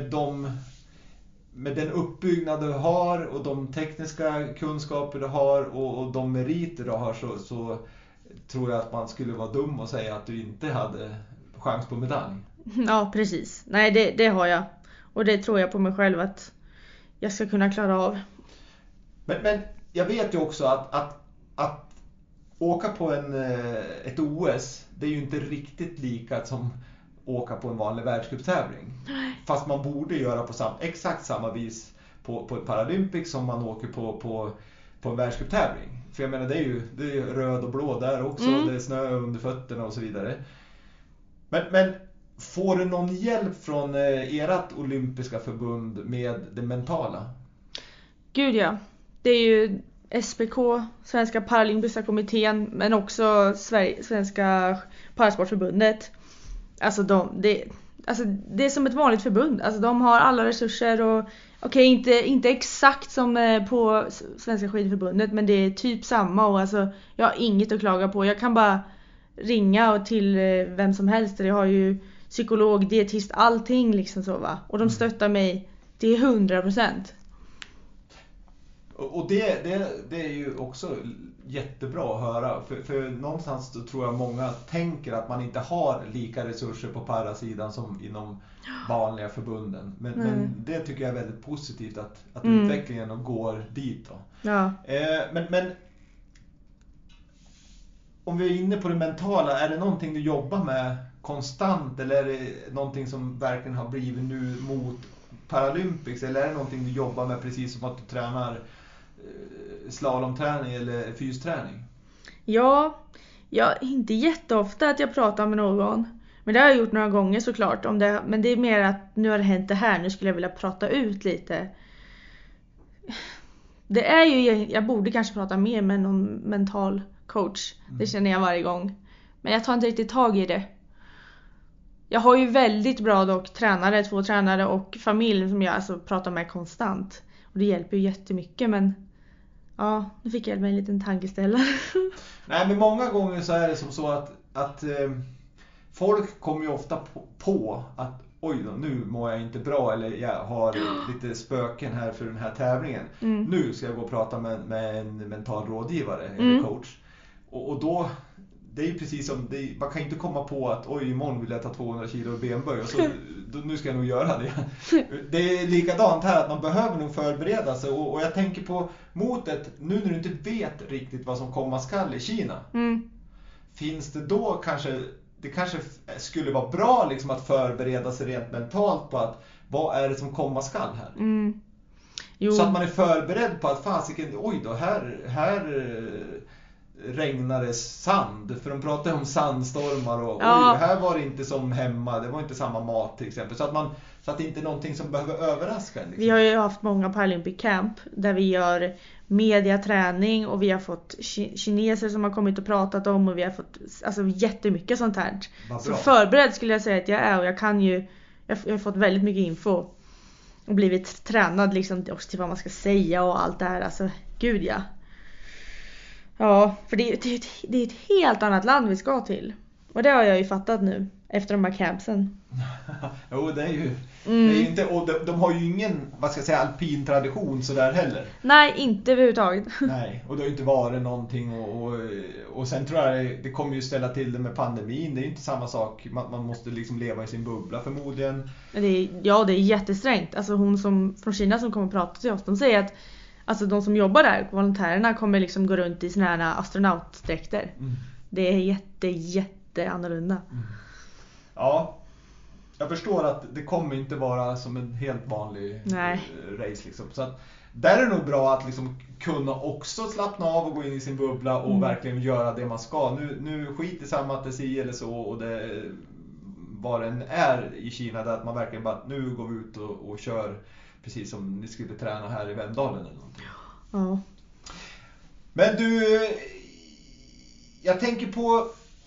med den uppbyggnad du har och de tekniska kunskaper du har och de meriter du har så tror jag att man skulle vara dum och säga att du inte hade chans på medalj. Ja, precis. Nej, det har jag. Och det tror jag på mig själv att jag ska kunna klara av. Men jag vet ju också att åka på ett OS, det är ju inte riktigt lika som åka på en vanlig världscuptävling. Fast man borde göra på exakt samma vis på ett Paralympics som man åker på en världscuptävling. För jag menar det är ju röd och blå där också, det är snö under fötterna och så vidare. Men får du någon hjälp från ert olympiska förbund med det mentala? Gud ja. Det är ju SPK, Svenska Paralympiska kommittén, men också Svenska Parasportförbundet. Alltså det är som ett vanligt förbund. Alltså de har alla resurser och inte exakt som på Svenska skidförbundet, men det är typ samma och alltså jag har inget att klaga på. Jag kan bara ringa till vem som helst. Jag har ju psykolog, dietist, allting liksom så va. Och de stöttar mig till 100%. Och det är ju också jättebra att höra. För någonstans då tror jag många tänker att man inte har lika resurser på parasidan som inom vanliga förbunden. Men det tycker jag är väldigt positivt att utvecklingen går dit då. Ja. Men om vi är inne på det mentala, är det någonting du jobbar med konstant eller är det någonting som verkligen har blivit nu mot Paralympics eller är det någonting du jobbar med precis som att du tränar slalomträning eller fysträning? Ja, inte jätteofta att jag pratar med någon. Men det har jag gjort några gånger såklart om det, men det är mer att nu har det hänt det här, nu skulle jag vilja prata ut lite. Det är ju, jag borde kanske prata mer med någon mental coach. Det känner jag varje gång. Men jag tar inte riktigt tag i det. Jag har ju väldigt bra dock 2 tränare och familj som jag alltså pratar med konstant. Och det hjälper ju jättemycket, men ja, nu fick jag mig en liten tankeställare. Nej, men många gånger så är det som så att folk kommer ju ofta på att oj då, nu mår jag inte bra eller jag har lite spöken här för den här tävlingen. Nu ska jag gå och prata med en mental rådgivare eller coach. Och då, det är ju precis som, man kan inte komma på att oj, imorgon vill jag ta 200 kilo benböj och så nu ska jag nog göra det. Det är likadant här att man behöver nog förbereda sig och jag tänker på motet, nu när du inte vet riktigt vad som komma skall i Kina. Finns det då kanske det kanske skulle vara bra liksom att förbereda sig rent mentalt på att vad är det som komma skall här. Jo. Så att man är förberedd på att fasiken, oj då, här regnar det sand. För de pratar om sandstormar och oj, här var det inte som hemma, det var inte samma mat till exempel. Så att det inte är någonting som behöver överraska en. Liksom. Vi har ju haft många Paralympic Camp där vi gör mediaträning och vi har fått kineser som har kommit och pratat om och vi har fått jättemycket sånt här. Så förberedd skulle jag säga att jag är och jag har fått väldigt mycket info och blivit tränad liksom också till vad man ska säga och allt det här. Alltså, gud ja. Ja, för det är ett helt annat land vi ska till. Och det har jag ju fattat nu efter de här campsen. Jo, det är ju det är inte, och de har ju ingen, vad ska jag säga, alpin tradition så där heller. Nej, inte överhuvudtaget. Nej, och det har ju inte varit någonting och sen tror jag det kommer ju ställa till det med pandemin. Det är ju inte samma sak, man måste liksom leva i sin bubbla förmodligen. Det är jättesträngt. Alltså hon från Kina som kommer att prata till oss, de säger att alltså de som jobbar där, volontärerna, kommer liksom gå runt i såna här astronautdräkter. Det är jätte annorlunda. Ja, jag förstår att det kommer inte vara som en helt vanlig race liksom. Så att där är det nog bra att liksom kunna också slappna av och gå in i sin bubbla och verkligen göra det man ska. Nu skit i samma att det si eller så och det vad den är i Kina, där att man verkligen bara nu går vi ut och kör precis som ni skulle träna här i Vemdalen eller någonting. Ja. Men du, jag tänker på,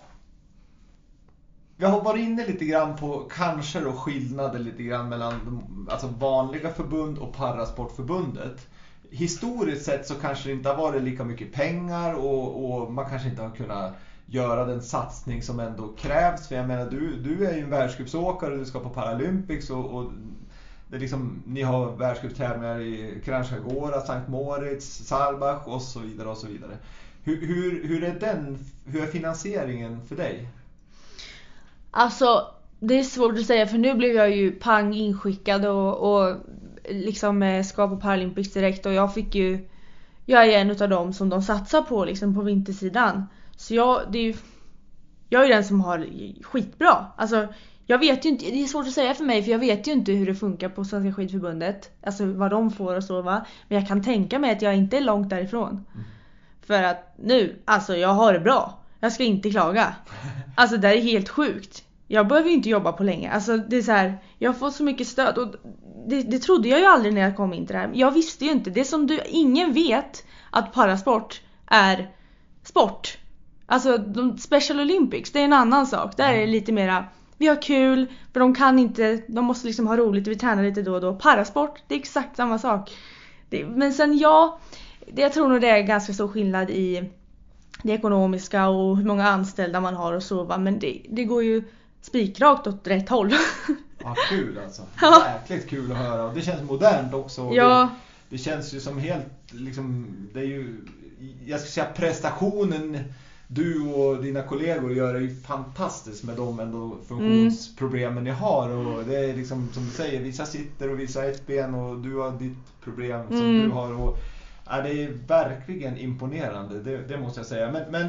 vi har varit inne lite grann på kanske då skillnader lite grann mellan alltså vanliga förbund och parasportförbundet. Historiskt sett så kanske det inte har varit lika mycket pengar och man kanske inte har kunnat göra den satsning som ändå krävs. För jag menar, du är ju en världscupsåkare, du ska på Paralympics och det är liksom, ni har världscuptävlingar i Kranjčagora, Sankt Moritz, Saalbach och så vidare och så vidare. Hur är finansieringen för dig? Alltså, det är svårt att säga för nu blev jag ju pang inskickad och liksom ska på Paralympics direkt och jag är en av dem som de satsar på liksom på vintersidan. Så jag är den som har skitbra. Alltså jag vet ju inte, det är svårt att säga för mig för jag vet ju inte hur det funkar på Svenska skidförbundet. Alltså vad de får och så va. Men jag kan tänka mig att jag inte är långt därifrån. För att nu, alltså jag har det bra. Jag ska inte klaga. Alltså det är helt sjukt. Jag behöver ju inte jobba på länge. Alltså det är så här, jag har fått så mycket stöd och det trodde jag ju aldrig när jag kom in till det här. Jag visste ju inte, det är som ingen vet att parasport är sport. Alltså de Special Olympics, det är en annan sak. Där är det lite mera, vi har kul, för de måste liksom ha roligt och vi tränar lite då och då. Parasport, det är exakt samma sak. Men sen jag tror nog det är ganska stor skillnad i det ekonomiska och hur många anställda man har och så va. Men det går ju spikrakt åt rätt håll. Ja, kul alltså. Jäkligt kul att höra. Och det känns modernt också. Ja. Det känns ju som helt liksom, det är ju, jag ska säga prestationen du och dina kollegor gör är ju fantastiskt med de ändå funktionsproblemen ni har. Och det är liksom som du säger, vissa sitter och vissa ett ben och du har ditt problem som du har. Och det är verkligen imponerande, det måste jag säga. Men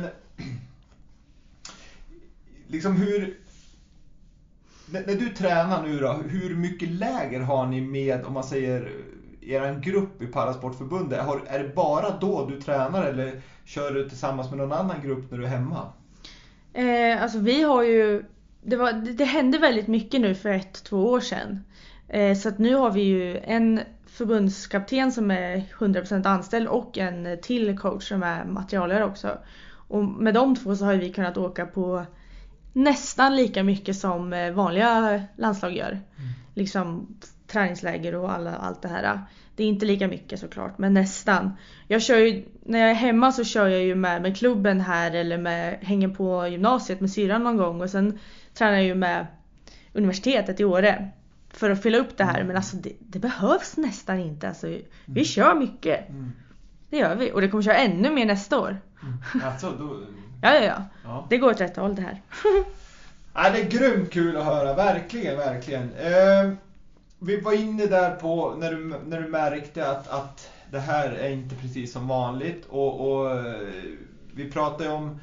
liksom när du tränar nu då, hur mycket läger har ni med, om man säger er grupp i Parasportförbundet? Är det bara då du tränar eller kör du tillsammans med någon annan grupp när du är hemma? Alltså vi har ju, det hände väldigt mycket nu för 1-2 år sedan. Så att nu har vi ju en förbundskapten som är 100% anställd och en till coach som är materialare också. Och med de två så har vi kunnat åka på nästan lika mycket som vanliga landslag gör. Liksom träningsläger och allt det här. Det är inte lika mycket såklart, men nästan. När jag är hemma så kör jag ju med klubben här eller hänger på gymnasiet med syran någon gång. Och sen tränar jag ju med universitetet i Åre för att fylla upp det här. Men alltså det behövs nästan inte. Alltså, vi kör mycket. Det gör vi. Och det kommer köra ännu mer nästa år. Alltså, Ja. Det går åt rätt håll det här. Ja, det är grymt kul att höra. Verkligen. Vi var inne där på när du märkte att det här är inte precis som vanligt. Och vi pratade om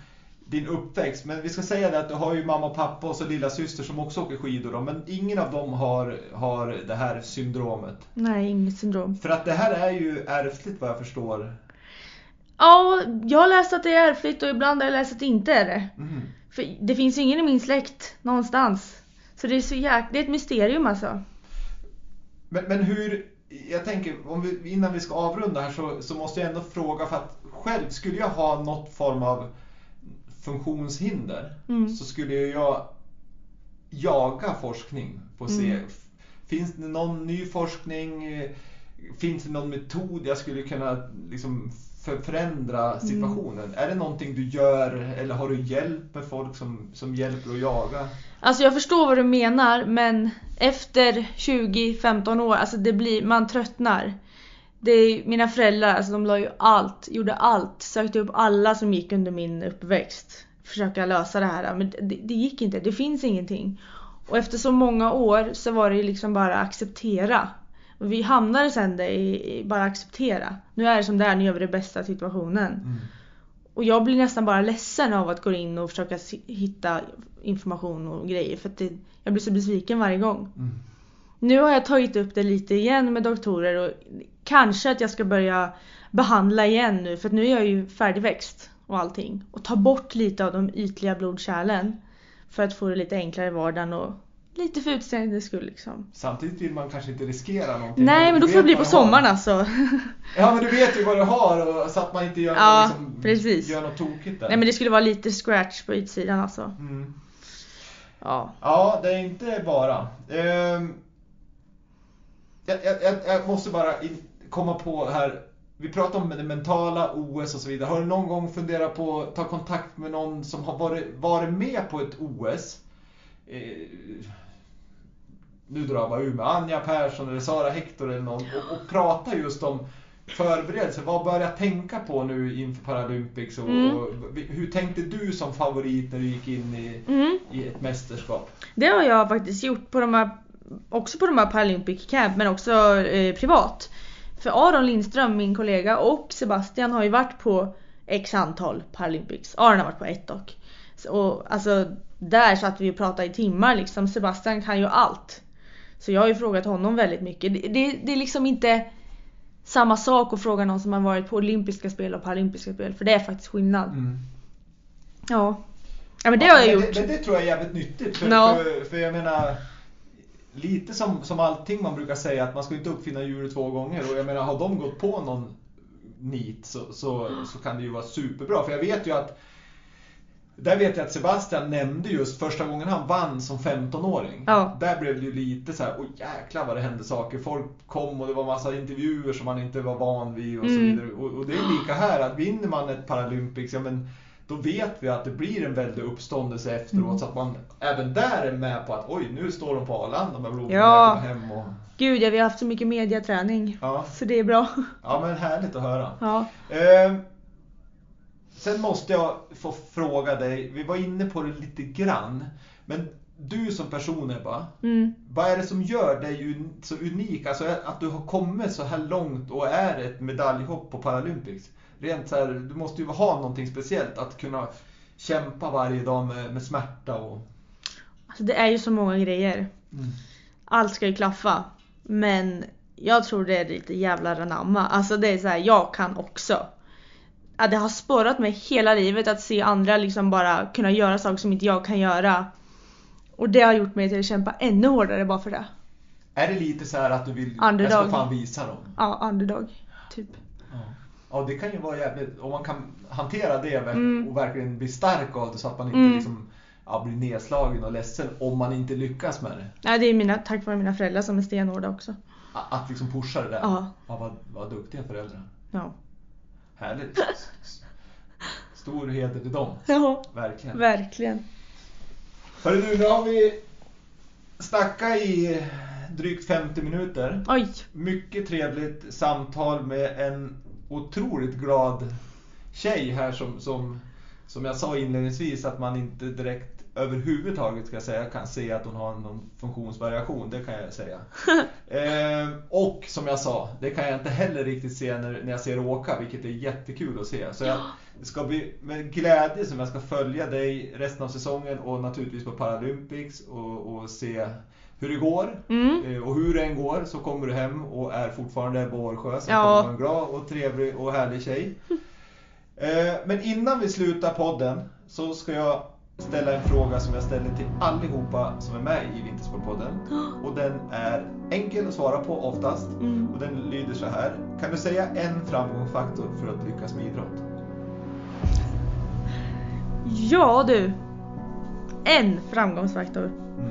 din uppväxt. Men vi ska säga det att du har ju mamma och pappa och så lilla syster som också åker skidor då, men ingen av dem har det här syndromet. Nej, inget syndrom. För att det här är ju ärftligt vad jag förstår. Ja, jag har läst att det är ärftligt och ibland har jag läst att det inte är det. Mm. För det finns ju ingen i min släkt någonstans. Så det är det är ett mysterium alltså. Men hur, jag tänker, innan vi ska avrunda här så måste jag ändå fråga, för att själv skulle jag ha något form av funktionshinder så skulle jag jaga forskning på se. Finns det någon ny forskning, finns det någon metod jag skulle kunna liksom förändra situationen? Är det någonting du gör eller har du hjälp med folk som hjälper att jaga? Alltså jag förstår vad du menar, men efter 20-15 år, alltså man tröttnar. Mina föräldrar, alltså de gjorde allt, sökte upp alla som gick under min uppväxt, försöka lösa det här, men det gick inte, det finns ingenting. Och efter så många år så var det liksom bara acceptera. Och vi hamnade sen i bara acceptera. Nu är det som det är, nu gör vi det bästa situationen. Och jag blir nästan bara ledsen av att gå in och försöka hitta information och grejer, för att jag blir så besviken varje gång. Nu har jag tagit upp det lite igen med doktorer och kanske att jag ska börja behandla igen nu, för att nu är jag ju färdigväxt och allting. Och ta bort lite av de ytliga blodkärlen för att få det lite enklare i vardagen och lite för utsträckningens skull liksom. Samtidigt vill man kanske inte riskera någonting. Nej, men då får det bli på sommaren alltså. Ja, men du vet ju vad du har, och så att man inte gör, gör något tokigt där. Nej, men det skulle vara lite scratch på utsidan alltså. Ja, det är inte bara. Jag måste bara komma på här. Vi pratar om det mentala, OS och så vidare. Har du någon gång funderat på att ta kontakt med någon som har varit med på ett OS? Nu drar jag bara ur med Anja Persson eller Sara Hector eller någon och prata just om förberedelse. Vad bör jag tänka på nu inför Paralympics och hur tänkte du som favorit när du gick in i ett mästerskap? Det har jag faktiskt gjort också på de här Paralympic Camp, men också privat. För Aron Lindström, min kollega, och Sebastian har ju varit på x antal Paralympics. Aron har varit på ett dock. Och alltså där satt vi och pratade i timmar liksom. Sebastian kan ju allt. Så jag har ju frågat honom väldigt mycket. Det är liksom inte samma sak att fråga någon som har varit på olympiska spel och paralympiska spel, för det är faktiskt skillnad. Ja, men det har jag gjort. Det tror jag är jävligt nyttigt för jag menar, lite som allting man brukar säga, att man ska inte uppfinna djuret 2 gånger, och jag menar, har de gått på någon nit så kan det ju vara superbra. För jag vet ju att Sebastian nämnde just första gången han vann som 15-åring. Där blev det ju lite så här, jäklar vad det hände saker. Folk kom och det var massa intervjuer som man inte var van vid och så vidare. Och det är lika här, att vinner man ett Paralympics, ja men då vet vi att det blir en väldig uppståndelse efteråt, så att man även där är med på att nu står de på Arlanda med blommorna hem och... Gud, vi har haft så mycket mediaträning. Så det är bra. Ja, men härligt att höra. Sen måste jag få fråga dig, vi var inne på det lite grann, men du som person, Ebba, vad är det som gör dig så unik? Alltså att du har kommit så här långt och är ett medaljhopp på Paralympics. Rent så här, du måste ju ha någonting speciellt att kunna kämpa varje dag med smärta och... Alltså det är ju så många grejer. Allt ska ju klaffa. Men jag tror det är lite jävla ranamma. Alltså det är så här, jag kan också. Ja, det har sporrat mig hela livet att se andra liksom bara kunna göra saker som inte jag kan göra. Och det har gjort mig till att kämpa ännu hårdare bara för det. Är det lite så här att du vill... Underdog. Jag ska fan visa dem? Ja, underdog. Typ. Ja, det kan ju vara jävligt... Om man kan hantera det och verkligen bli stark av det, så att man inte liksom, blir nedslagen och ledsen om man inte lyckas med det. Ja, det är tack vare mina föräldrar som är stenhårda också. Att liksom pusha det där. Ja, vad duktiga föräldrar. Ja. Härligt. Stor heder till dem. Ja, verkligen. Hörru du, nu har vi snackat i drygt 50 minuter. Oj. Mycket trevligt samtal med en otroligt glad tjej här som jag sa inledningsvis, att man inte direkt överhuvudtaget kan se att hon har någon funktionsvariation, det kan jag säga. Och som jag sa, det kan jag inte heller riktigt se när jag ser åka, vilket är jättekul att se. Så Det ska bli med glädje som jag ska följa dig resten av säsongen och naturligtvis på Paralympics och se hur det går. Och hur det än går så kommer du hem och är fortfarande på Årsjö, så kommer du vara en glad och trevlig och härlig tjej. Men innan vi slutar podden så ska jag ställa en fråga som jag ställer till allihopa som är med i Vintersportpodden. Och den är enkel att svara på oftast. Och den lyder så här: kan du säga en framgångsfaktor för att lyckas med idrott? Ja du, en framgångsfaktor.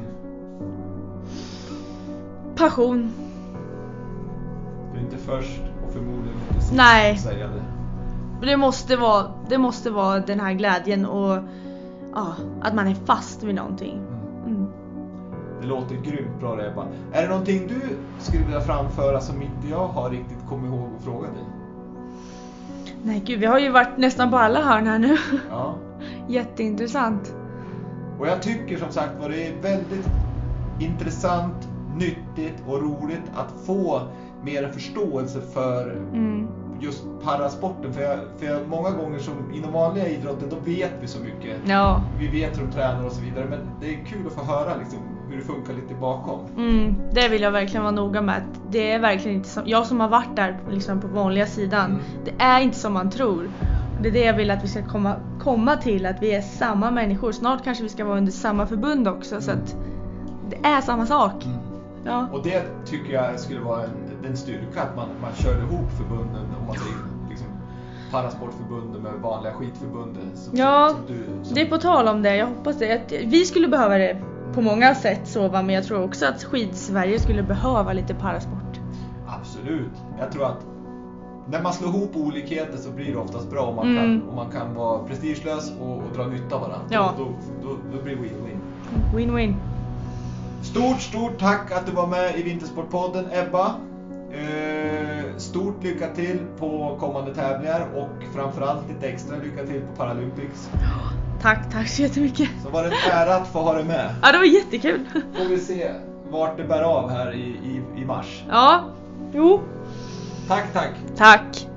Passion. Du är inte först och förmodligen inte sist. Nej. Att säga det. Det måste vara den här glädjen och att man är fast vid någonting. Det låter grymt bra det, Ebba. Är det någonting du skulle vilja framföra som inte jag har riktigt kommit ihåg att fråga dig? Nej gud, vi har ju varit nästan på alla hörn här nu. Ja. Jätteintressant. Och jag tycker som sagt att det är väldigt intressant, nyttigt och roligt att få mer förståelse för just parasporten. För jag många gånger som inom vanliga idrotten, då vet vi så mycket. Ja. Vi vet hur de tränar och så vidare. Men det är kul att få höra liksom hur det funkar lite bakom. Det vill jag verkligen vara noga med. Det är verkligen inte som jag som har varit där liksom på vanliga sidan. Det är inte som man tror. Det är det jag vill att vi ska komma till. Att vi är samma människor. Snart kanske vi ska vara under samma förbund också. Så att det är samma sak. Ja. Och det tycker jag skulle vara en styrka. Att man kör ihop förbunden. Om man säger liksom parasportförbunden med vanliga skitförbunden. Det är på tal om det. Jag hoppas det. Att vi skulle behöva det på många sätt så, men jag tror också att Skidsverige skulle behöva lite parasport. Absolut. Jag tror att när man slår ihop olikheter så blir det oftast bra om man kan vara prestigelös och dra nytta av varandra. Ja. Då blir det win-win. Win-win. Stort tack att du var med i Vintersportpodden, Ebba. Stort lycka till på kommande tävlingar och framförallt lite extra lycka till på Paralympics. Tack så jättemycket. Så var det en ära att få ha dig med. Ja, det var jättekul. Får vi se vart det bär av här i mars. Ja, jo. Tack. Tack.